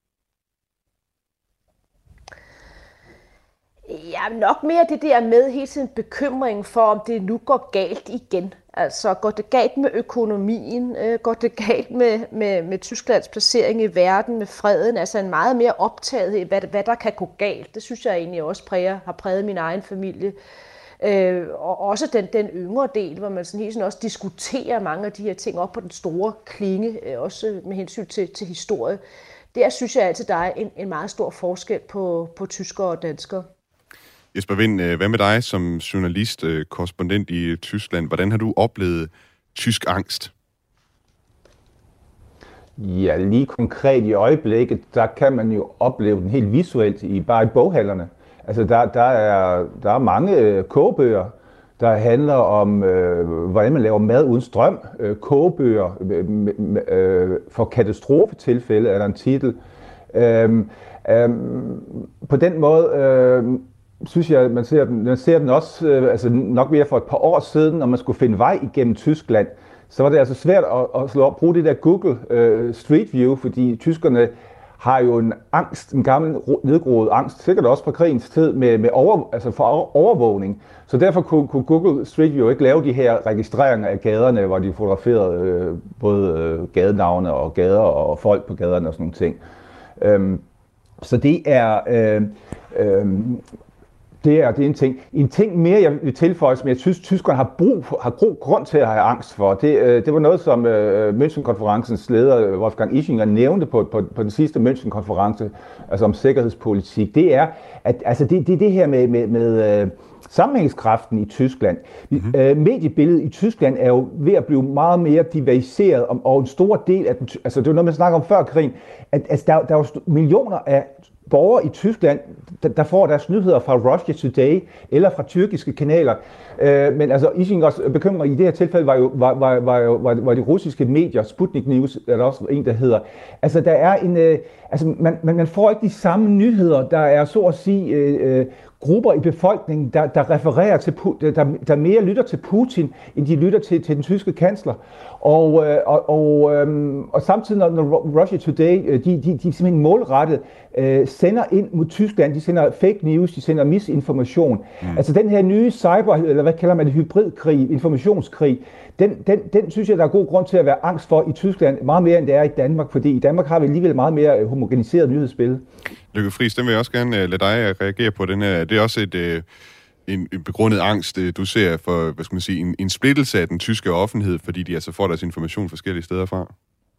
Ja, nok mere det der med hele tiden bekymring for, om det nu går galt igen. Altså, går det galt med økonomien? Øh, går det galt med, med, med Tysklands placering i verden, med freden? Altså en meget mere optaget i, hvad, hvad der kan gå galt. Det synes jeg egentlig også præger, har præget min egen familie. Øh, og også den, den yngre del, hvor man sådan helt sådan også diskuterer mange af de her ting op på den store klinge, øh, også med hensyn til, til historie. Der synes jeg altid, der er en, en meget stor forskel på, på tyskere og danskere. Jesper Wind, hvad med dig som journalist, korrespondent i Tyskland? Hvordan har du oplevet tysk angst? Ja, lige konkret i øjeblikket, der kan man jo opleve den helt visuelt i bare i boghallerne. Altså der, der, er, der er mange kogebøger, der handler om, øh, hvordan man laver mad uden strøm. Øh, kogebøger øh, øh, for katastrofetilfælde er der en titel. Øh, øh, på den måde øh, synes jeg, man ser den, man ser den også øh, altså nok mere for et par år siden, når man skulle finde vej igennem Tyskland. så var det altså svært at, at slå op, bruge det der Google øh, Street View, fordi tyskerne har jo en angst, en gammel nedgroet angst, sikkert også fra krigens tid, med, med over, altså for overvågning. Så derfor kunne, kunne Google Street View ikke lave de her registreringer af gaderne, hvor de fotograferede øh, både øh, gadenavne og gader og folk på gaderne og sådan nogle ting. Øhm, så det er... Øh, øh, Det er, det er en ting. En ting mere, jeg vil tilføje, som jeg synes, tyskerne har brug for, har god grund til at have angst for, det, øh, det var noget, som øh, München-konferencens leder, Wolfgang Ischinger, nævnte på, på, på den sidste München-konference, altså om sikkerhedspolitik. Det er, at altså det, det, det her med, med, med øh, sammenhængskraften i Tyskland. Mm-hmm. Øh, mediebilledet i Tyskland er jo ved at blive meget mere diversificeret, og, og en stor del af den, altså det var noget, man snakker om før krigen, at altså, der, der er jo millioner af borgere i Tyskland, der, der får deres nyheder fra Russia Today eller fra tyrkiske kanaler. Øh, men altså Ischingers bekymring i det her tilfælde var jo var, var, var, var, var de russiske medier, Sputnik News er der også en, der hedder. Altså der er en, øh, altså man, man, man får ikke de samme nyheder, der er så at sige øh, øh, grupper i befolkningen, der, der refererer til, der, der mere lytter til Putin, end de lytter til, til den tyske kansler. Og, øh, og, og, øh, og samtidig, når, når Russia Today, de, de, de simpelthen målrettet øh, sender ind mod Tyskland, de sender fake news, de sender misinformation. Mm. Altså den her nye cyber, eller hvad kalder man det, hybridkrig, informationskrig, den, den, den synes jeg, der er god grund til at være angst for i Tyskland, meget mere end det er i Danmark, fordi i Danmark har vi alligevel meget mere homogeniseret nyhedsbillede. Lykke Friis, den vil jeg også gerne uh, lade dig reagere på. Den her. Det er også et, uh, en, en begrundet angst, uh, du ser for, hvad skal man sige, en, en splittelse af den tyske offentlighed, fordi de altså får deres information forskellige steder fra.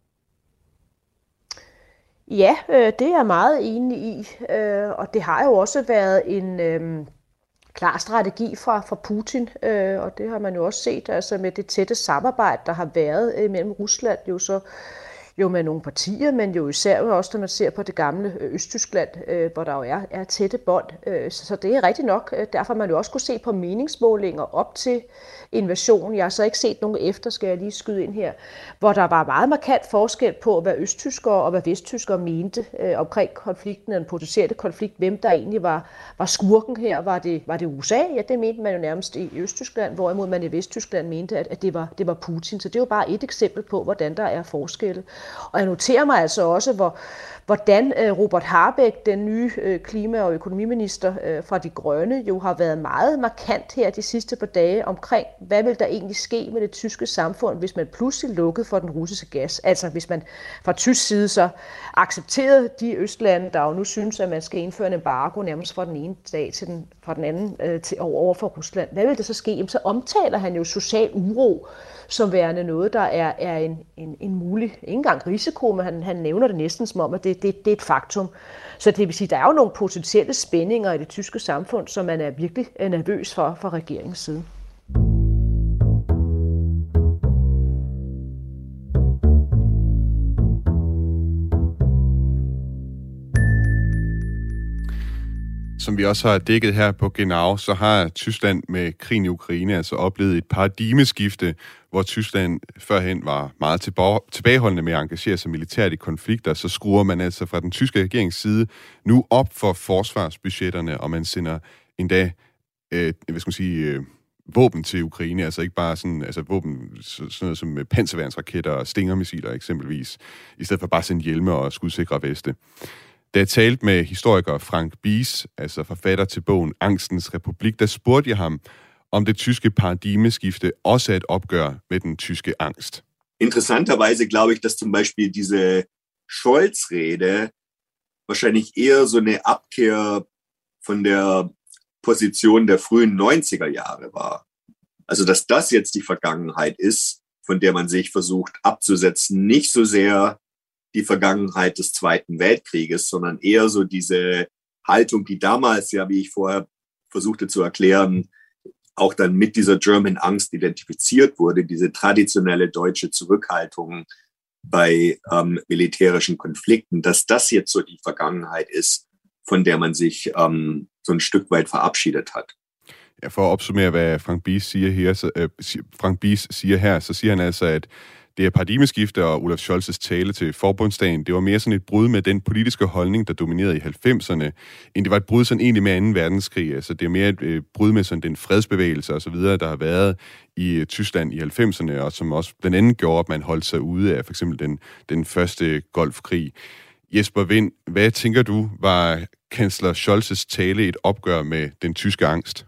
Ja, øh, det er jeg meget enig i, øh, og det har jo også været en øh, klar strategi fra, fra Putin, øh, og det har man jo også set altså med det tætte samarbejde, der har været øh, mellem Rusland jo så jo med nogle partier, men jo især også, når man ser på det gamle Østtyskland, øh, hvor der jo er, er tætte bånd. Øh, så, så det er rigtigt nok. Derfor har man jo også kunne se på meningsmålinger op til invasionen. Jeg har så ikke set nogen efter, skal jeg lige skyde ind her, hvor der var meget markant forskel på, hvad østtyskere og hvad vesttyskere mente øh, omkring konflikten, den potentielle konflikt, hvem der egentlig var, var skurken her. Var det, var det U S A? Ja, det mente man jo nærmest i Østtyskland, hvorimod man i Vesttyskland mente, at, at det, var, det var Putin. Så det er jo bare et eksempel på, hvordan der er forskelle. Og jeg noterer mig altså også, hvor, hvordan Robert Habeck, den nye klima- og økonomiminister fra De Grønne, jo har været meget markant her de sidste par dage omkring, hvad vil der egentlig ske med det tyske samfund, hvis man pludselig lukkede for den russiske gas. Altså hvis man fra tysk side så accepterede de østlande, der jo nu synes, at man skal indføre en embargo nærmest fra den ene dag til den, fra den anden øh, til, over for Rusland. Hvad vil det så ske? Jamen, så omtaler han jo social uro som værende noget, der er, er en, en, en mulig, ikke engang risiko, men han, han nævner det næsten som om, at det, det, det er et faktum. Så det vil sige, at der er jo nogle potentielle spændinger i det tyske samfund, som man er virkelig nervøs for fra regeringens side. Som vi også har dækket her på Genau, så har Tyskland med krigen i Ukraine altså oplevet et paradigmeskifte, hvor Tyskland førhen var meget tilbageholdende med at engagere sig militært i konflikter. Så skruer man altså fra den tyske regerings side nu op for forsvarsbudgetterne, og man sender endda øh, hvad skal man sige, øh, våben til Ukraine, altså ikke bare sådan, altså våben, sådan noget som panserværnsraketter og stingermissiler eksempelvis, i stedet for bare at sende hjelme og skudsikre veste. Da jeg talte med historiker Frank Bies, altså forfatter til bogen Angstens Republik, der spurgte jeg ham, om det tyske paradigmeskifte også er et opgør med den tyske Angst. Interessanterweise glaube ich, dass zum Beispiel diese Scholz-Rede wahrscheinlich eher so eine Abkehr von der Position der frühen neunziger Jahre war. Also, dass das jetzt die Vergangenheit ist, von der man sich versucht abzusetzen, nicht so sehr die Vergangenheit des Zweiten Weltkrieges, sondern eher so diese Haltung, die damals ja, wie ich vorher versuchte zu erklären, auch dann mit dieser German Angst identifiziert wurde, diese traditionelle deutsche Zurückhaltung bei ähm, militärischen Konflikten, dass das jetzt so die Vergangenheit ist, von der man sich ähm, so ein Stück weit verabschiedet hat. Ja, for at opsummere, hvad Frank Bies siger her, så, øh, Frank Bies siger her, så siger han altså, at det er paradigmeskifte, og Olaf Scholz's tale til forbundsdagen, det var mere sådan et brud med den politiske holdning, der dominerede i halvfemserne, end det var et brud sådan egentlig med anden verdenskrig. Altså det er mere et øh, brud med sådan den fredsbevægelse og så videre, der har været i øh, Tyskland i halvfemserne, og som også blandt andet gjorde, at man holdt sig ude af for eksempel den, den første Golfkrig. Jesper Wind, hvad tænker du, var kansler Scholz's tale et opgør med den tyske angst?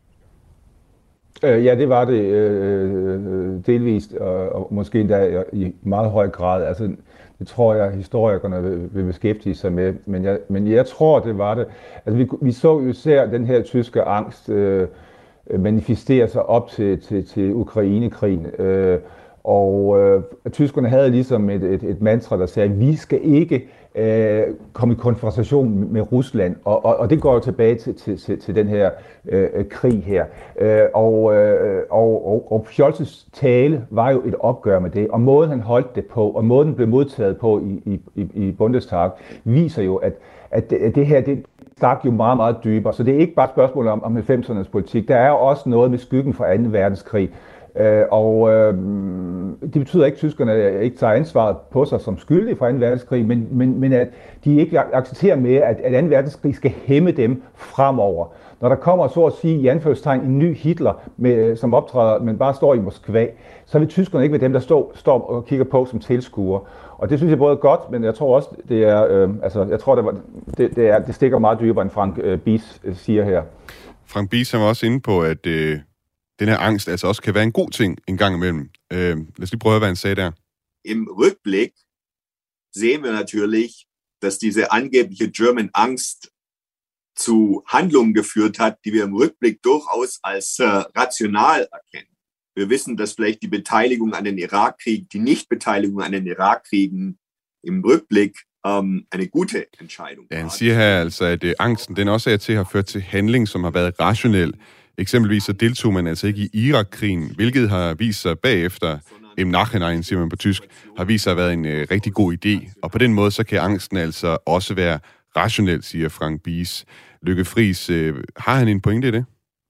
Øh, ja, det var det øh, delvist, og, og måske endda i meget høj grad. Altså, det tror jeg, historikerne vil, vil beskæftige sig med, men jeg, men jeg tror, det var det. Altså, vi, vi så jo især den her tyske angst øh, manifestere sig op til, til, til Ukrainekrigen. Øh, og øh, tyskerne havde ligesom et, et, et mantra, der sagde, at vi skal ikke øh, komme i konfrontation med Rusland. Og, og, og det går jo tilbage til, til, til, til den her øh, krig her. Øh, og, øh, og, og, og Scholz's tale var jo et opgør med det. Og måden han holdt det på, og måden den blev modtaget på i, i, i Bundestag, viser jo, at, at det, det her, det stak jo meget, meget dybere. Så det er ikke bare et spørgsmål om, om halvfemsernes politik. Der er jo også noget med skyggen fra anden verdenskrig. Øh, og øh, det betyder ikke, at tyskerne ikke tager ansvaret på sig som skyldige fra anden verdenskrig, men, men, men at de ikke accepterer med, at, at anden verdenskrig skal hæmme dem fremover. Når der kommer så at sige i anførselstegn en ny Hitler, med, som optræder, men bare står i Moskva, så vil tyskerne ikke være dem, der står, står og kigger på som tilskuere. Og det synes jeg både er godt, men jeg tror også, det er, øh, altså, jeg tror, det, var, det, det, er, det stikker meget dybere, end Frank øh, Bies øh, siger her. Frank Bies var også inde på, at øh, den her angst altså også kan være en god ting en gang imellem. Øh, lad os lige prøve, hvad han sagde der. Im Rückblick sehen wir natürlich, dass diese angebliche German Angst zu Handlungen geführt hat, die wir im Rückblick durchaus als äh, rational erkennen. Wir wissen, dass vielleicht die Beteiligung an den Irakkrieg, die Nichtbeteiligung an den Irakkriegen im Rückblick ähm, eine gute Entscheidung war. Ja, han siger her altså, at øh, angsten den også er til at have ført til handling, som har været rationel. Eksempelvis så deltog man altså ikke i Irakkrigen, hvilket har vist sig bagefter, im Nachhinein, siger man på tysk, har vist sig at være en øh, rigtig god idé. Og på den måde, så kan angsten altså også være rationel, siger Frank Bies. Lykke Friis, øh, har han en pointe i det?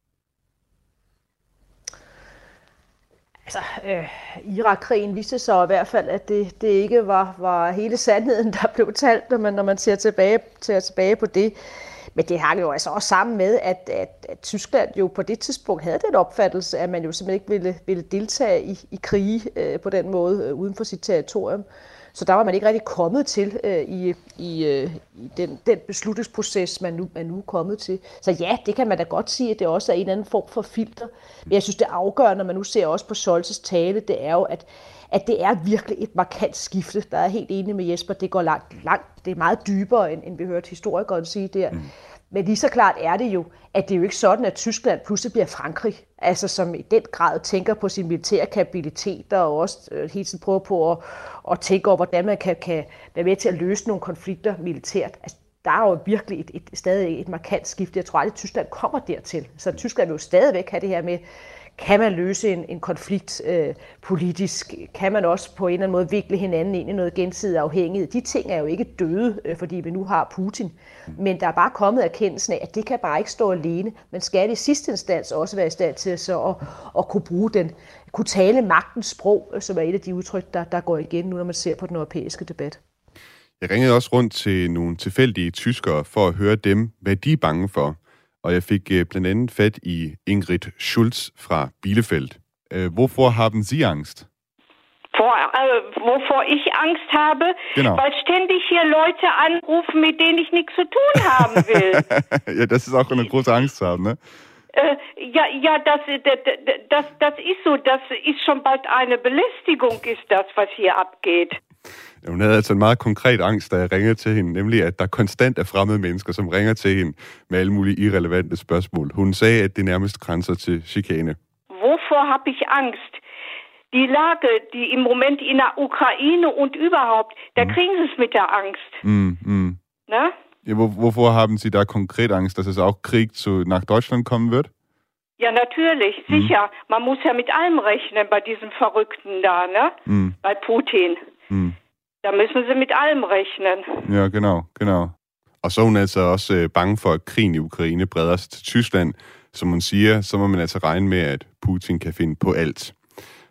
Altså, øh, Irakkrigen viste sig i hvert fald, at det, det ikke var, var hele sandheden, der blev talt, når man, når man ser tilbage, ser tilbage på det. Men det hang jo altså også sammen med, at, at, at Tyskland jo på det tidspunkt havde den opfattelse, at man jo simpelthen ikke ville, ville deltage i, i krige øh, på den måde øh, uden for sit territorium. Så der var man ikke rigtig kommet til øh, i, i, øh, i den, den beslutningsproces, man nu, man nu er kommet til. Så ja, det kan man da godt sige, at det også er en anden form for filter. Men jeg synes, det afgørende, når man nu ser også på Scholz's tale, det er jo, at, at det er virkelig et markant skifte. Der er helt enig med Jesper, det går langt, langt, det er meget dybere, end, end vi hørte historikeren sige der. Mm. Men lige så klart er det jo, at det er jo ikke sådan, at Tyskland pludselig bliver Frankrig, altså som i den grad tænker på sin militære kapabiliteter og også øh, hele tiden prøver på at, at tænke over, hvordan man kan, kan være med til at løse nogle konflikter militært. Altså, der er jo virkelig et, et, stadig et markant skift. Jeg tror aldrig, at Tyskland kommer dertil. Så Tyskland vil jo stadigvæk have det her med, kan man løse en, en konflikt øh, politisk? Kan man også på en eller anden måde vikle hinanden ind i noget gensidig afhængighed? De ting er jo ikke døde, øh, fordi vi nu har Putin. Men der er bare kommet erkendelsen af, at det kan bare ikke stå alene. Man skal i sidste instans også være i stand til så at, at kunne bruge den, kunne tale magtens sprog, som er et af de udtryk, der, der går igen nu, når man ser på den europæiske debat. Jeg ringede også rundt til nogle tilfældige tyskere for at høre dem, hvad de er bange for. Og jeg fik øh, blandt andet fat i Ingrid Schulz fra Bielefeld. Äh, wovor haben Sie Angst? Vor, äh, wovor ich Angst habe? Genau. Weil ständig hier Leute anrufen, mit denen ich nichts zu tun haben will. Ja, das ist auch eine große Angst zu haben, ne? Äh, ja, ja, das, das, das, das ist so. Das ist schon bald eine Belästigung, ist das, was hier abgeht. Hun havde altså en meget konkret angst, da jeg ringede til hende, nemlig at der konstant er fremmede mennesker, som ringer til hende med alle mulige irrelevante spørgsmål. Hun sagde, at det nærmest grænser til chikane. Wovor habe ich Angst? Die Lage, die im Moment in der Ukraine und überhaupt, da mm. kriegen Sie es mit der Angst. Mm, mm. Na? Ja, wo, wovor haben Sie da konkret Angst, dass es auch Krieg zu, nach Deutschland kommen wird? Ja, natürlich, sicher. Mm. Man muss ja mit allem rechnen bei diesen Verrückten da, ne? Mm. Bei Putin. Mm. Da müssen Sie mit allem rechnen. Ja, genau, genau. Og så er hun altså også øh, bange for, at krigen i Ukraine breder sig til Tyskland. Som hun siger, så må man altså regne med, at Putin kan finde på alt.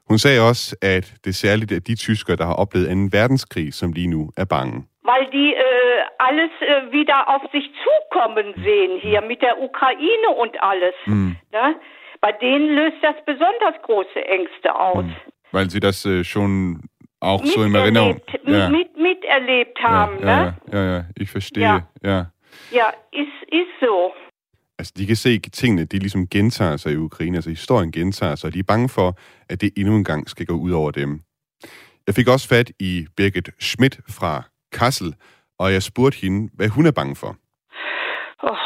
Hun sagde også, at det særligt er de tyskere, der har oplevet anden verdenskrig, som lige nu er bange. Weil die äh, alles äh, wieder auf sich zukommen sehen hier mit der Ukraine und alles. Mm. Ne? Bei denen löst das besonders große Ängste aus. Mm. Weil sie das äh, schon auch so in Erinnerung ja. mit, miterlebt haben. Ja, ja, ne? ja, ja, ich verstehe. Ja, ja. ja ist, ist so. Altså, de kan se, at tingene, de ligesom gentager sig i Ukraine. Altså, historien gentager sig, og de er bange for, at det endnu en gang skal gå ud over dem. Jeg fik også fat i Birgit Schmidt fra Kassel, og jeg spurgte hende, hvad hun er bange for. Oh,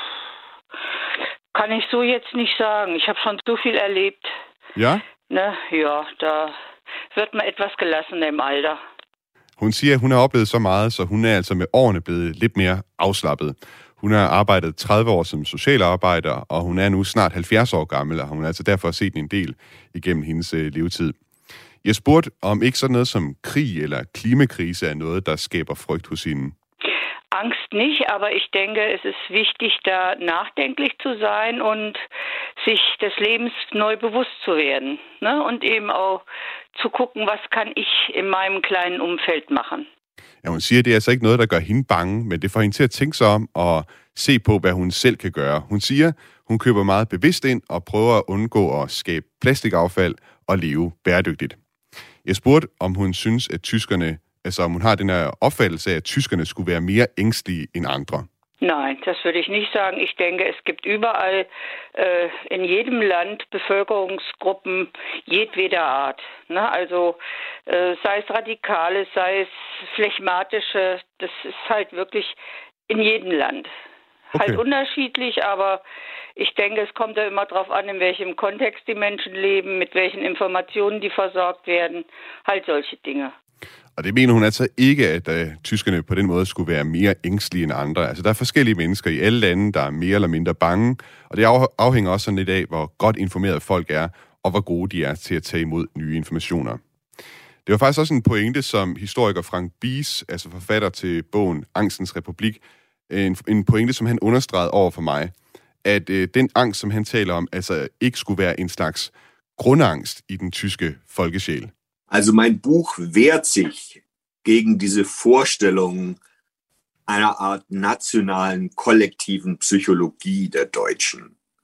kann ich so jetzt nicht sagen. Ich habe schon so viel erlebt. Ja? Ne, ja, da wird man etwas gelassener im Alter. Hun siger, at hun har oplevet så meget, så hun er altså med årene blevet lidt mere afslappet. Hun har arbejdet tredive år som socialarbejder, og hun er nu snart halvfjerds år gammel, og hun har altså derfor set en del igennem hendes øh, levetid. Jeg spurgte, om ikke sådan noget som krig eller klimakrise er noget, der skaber frygt hos hende. Angst nicht, aber ich denke, es ist wichtig, da nachdenklich zu sein und sich des Lebens neu bewusst zu werden. Ne? Und eben auch zu gucken, was kann ich in meinem kleinen Umfeld machen. Ja, hun siger, at det er altså ikke noget, der gør hende bange, men det får hende til at tænke sig om og se på, hvad hun selv kan gøre. Hun siger, hun køber meget bevidst ind og prøver at undgå at skabe plastikaffald og leve bæredygtigt. Jeg spurgte, om hun synes, at tyskerne, altså om hun har den her opfattelse af, at tyskerne skulle være mere ængstelige end andre. Nein, das würde ich nicht sagen. Ich denke, es gibt überall äh, in jedem Land Bevölkerungsgruppen jedweder Art. Ne? Also äh, sei es Radikale, sei es Phlegmatische, das ist halt wirklich in jedem Land. Okay. Halt unterschiedlich, aber ich denke, es kommt ja immer darauf an, in welchem Kontext die Menschen leben, mit welchen Informationen die versorgt werden, halt solche Dinge. Og det mener hun altså ikke, at uh, tyskerne på den måde skulle være mere ængstelige end andre. Altså, der er forskellige mennesker i alle lande, der er mere eller mindre bange, og det afhænger også sådan lidt af, hvor godt informerede folk er, og hvor gode de er til at tage imod nye informationer. Det var faktisk også en pointe, som historiker Frank Bies, altså forfatter til bogen Angstens Republik, en, en pointe, som han understregede over for mig, at uh, den angst, som han taler om, altså ikke skulle være en slags grundangst i den tyske folkesjæl. Also mein Buch wehrt sich gegen diese Vorstellung einer Art nationalen, kollektiven Psychologie der Deutschen.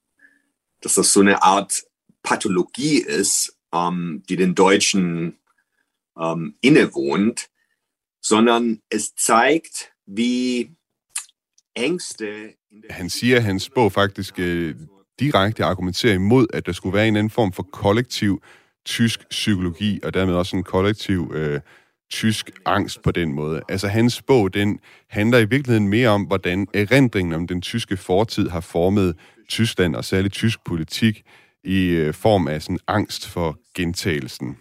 Dass das so eine Art Pathologie ist, ähm, die den Deutschen ähm, innewohnt, sondern es zeigt, wie Ængste... Han siger, at hans bog faktisk øh, direkte argumenterer imod, at der skulle være en anden form for kollektiv tysk psykologi, og dermed også en kollektiv øh, tysk angst på den måde. Altså hans bog, den handler i virkeligheden mere om, hvordan erindringen om den tyske fortid har formet Tyskland, og særligt tysk politik, i øh, form af sådan angst for gentagelsen.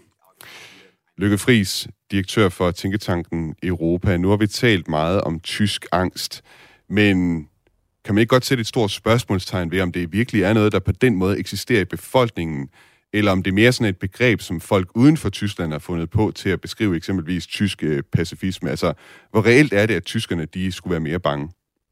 Lykke Friis, direktør for Tænketanken Europa. Nu har vi talt meget om tysk angst, men kan man ikke godt sætte et stort spørgsmålstegn ved, om det virkelig er noget, der på den måde eksisterer i befolkningen, eller om det er mere sådan et begreb, som folk uden for Tyskland har fundet på til at beskrive eksempelvis tysk pacifisme. Altså, hvor reelt er det, at tyskerne de skulle være mere bange?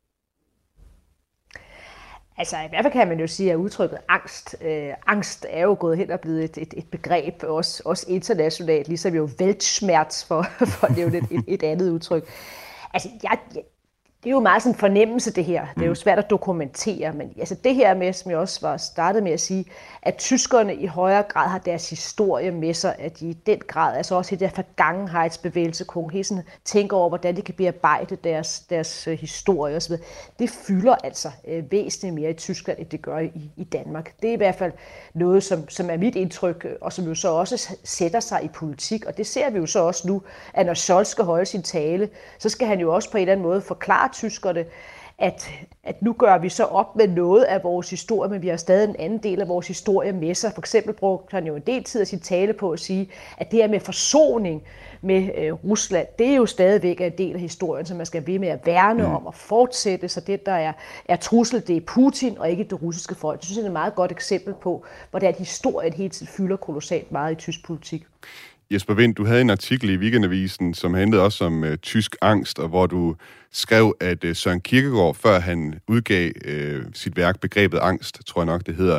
Altså, i hvert fald kan man jo sige, at udtrykket angst, øh, angst er jo gået hen og blevet et, et, et begreb, også, også internationalt, ligesom jo Weltschmerz, for, for at nævne et, et andet udtryk. Altså, jeg... jeg Det er jo meget sådan en fornemmelse, det her. Det er jo svært at dokumentere, men altså det her med, som jeg også var startet med at sige, at tyskerne i højere grad har deres historie med sig, at de i den grad, altså også i der forgangenhedsbevægelse, kunne hele tiden tænke over, hvordan de kan bearbejde deres, deres uh, historie osv. Det fylder altså uh, væsentligt mere i Tyskland, end det gør i, i Danmark. Det er i hvert fald noget, som, som er mit indtryk, og som jo så også sætter sig i politik, og det ser vi jo så også nu, at når Scholz skal holde sin tale, så skal han jo også på en eller anden måde forklare tyskerne, at, at nu gør vi så op med noget af vores historie, men vi har stadig en anden del af vores historie med sig. For eksempel brugte han jo en del tid af sin tale på at sige, at det her med forsoning med øh, Rusland, det er jo stadigvæk en del af historien, som man skal blive med at værne mm. om og fortsætte. Så det, der er, er trussel, det er Putin og ikke det russiske folk. Det synes jeg er et meget godt eksempel på, hvordan historien hele tiden fylder kolossalt meget i tysk politik. Jesper Wind, du havde en artikel i Weekendavisen, som handlede også om uh, tysk angst, og hvor du skrev, at uh, Søren Kierkegaard, før han udgav uh, sit værk Begrebet angst, tror jeg nok det hedder,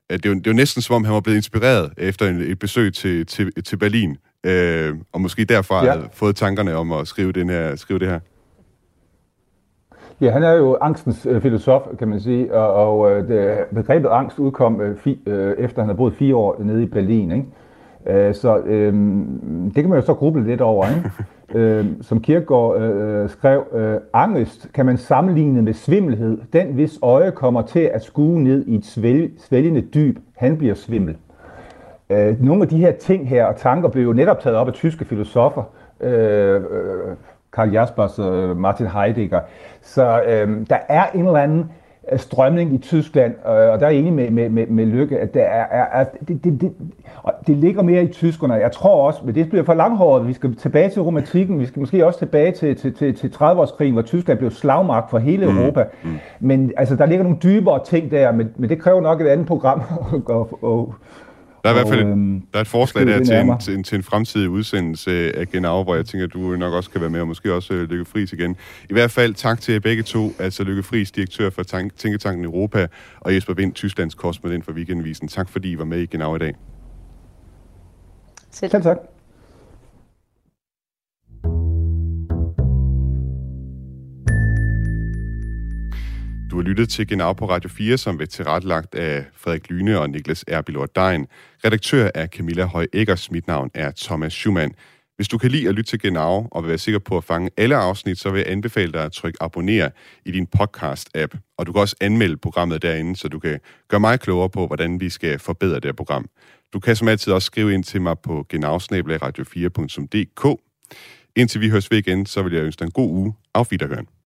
det er jo, det er jo næsten som om, han var blevet inspireret efter en, et besøg til, til, til Berlin, øh, og måske derfra ja. havde fået tankerne om at skrive, den her, skrive det her. Ja, han er jo angstens øh, filosof, kan man sige, og, og øh, det, begrebet angst udkom øh, fi, øh, efter han havde boet fire år nede i Berlin, ikke? Øh, så øh, det kan man jo så gruble lidt over, ikke? øh, som Kierkegaard øh, skrev, øh, angst kan man sammenligne med svimmelhed. Den, hvis øje kommer til at skue ned i et svæl, svælgende dyb, han bliver svimmel. Øh, nogle af de her ting her og tanker blev jo netop taget op af tyske filosofer, øh, øh, Karl Jaspers og Martin Heidegger. Så øh, der er en eller anden strømning i Tyskland, øh, og der er jeg enig med, med, med, med Lykke, at der er, er, er det, det, det, det ligger mere i tyskerne. Jeg tror også, men det bliver for langhåret. Vi skal tilbage til romantikken, vi skal måske også tilbage til, til, til, til tredive-årskrigen, hvor Tyskland blev slagmark for hele mm. Europa. Mm. Men altså, der ligger nogle dybere ting der, men, men det kræver nok et andet program. og, og, Der er i hvert fald et, der er et forslag der til en, til, en, til en fremtidig udsendelse af Genau, hvor jeg tænker, at du nok også kan være med, og måske også uh, Lykke Friis igen. I hvert fald tak til begge to, altså Lykke Friis, direktør for tank, Tænketanken Europa, og Jesper Wind, Tysklands korrespondent for Weekendavisen. Tak fordi I var med i Genau i dag. Selv tak. Du har lyttet til Genau på Radio fire, som blev tilrettelagt af Frederik Lyne og Niklas Erbilor Dein. Redaktør er Camilla Høj Eggers. Mit navn er Thomas Schumann. Hvis du kan lide at lytte til Genau og vil være sikker på at fange alle afsnit, så vil jeg anbefale dig at trykke abonner i din podcast-app. Og du kan også anmelde programmet derinde, så du kan gøre mig klogere på, hvordan vi skal forbedre det her program. Du kan som altid også skrive ind til mig på genau bindestreg radio fire punktum d k. Indtil vi høres ved igen, så vil jeg ønske dig en god uge. Auf Wiederhören.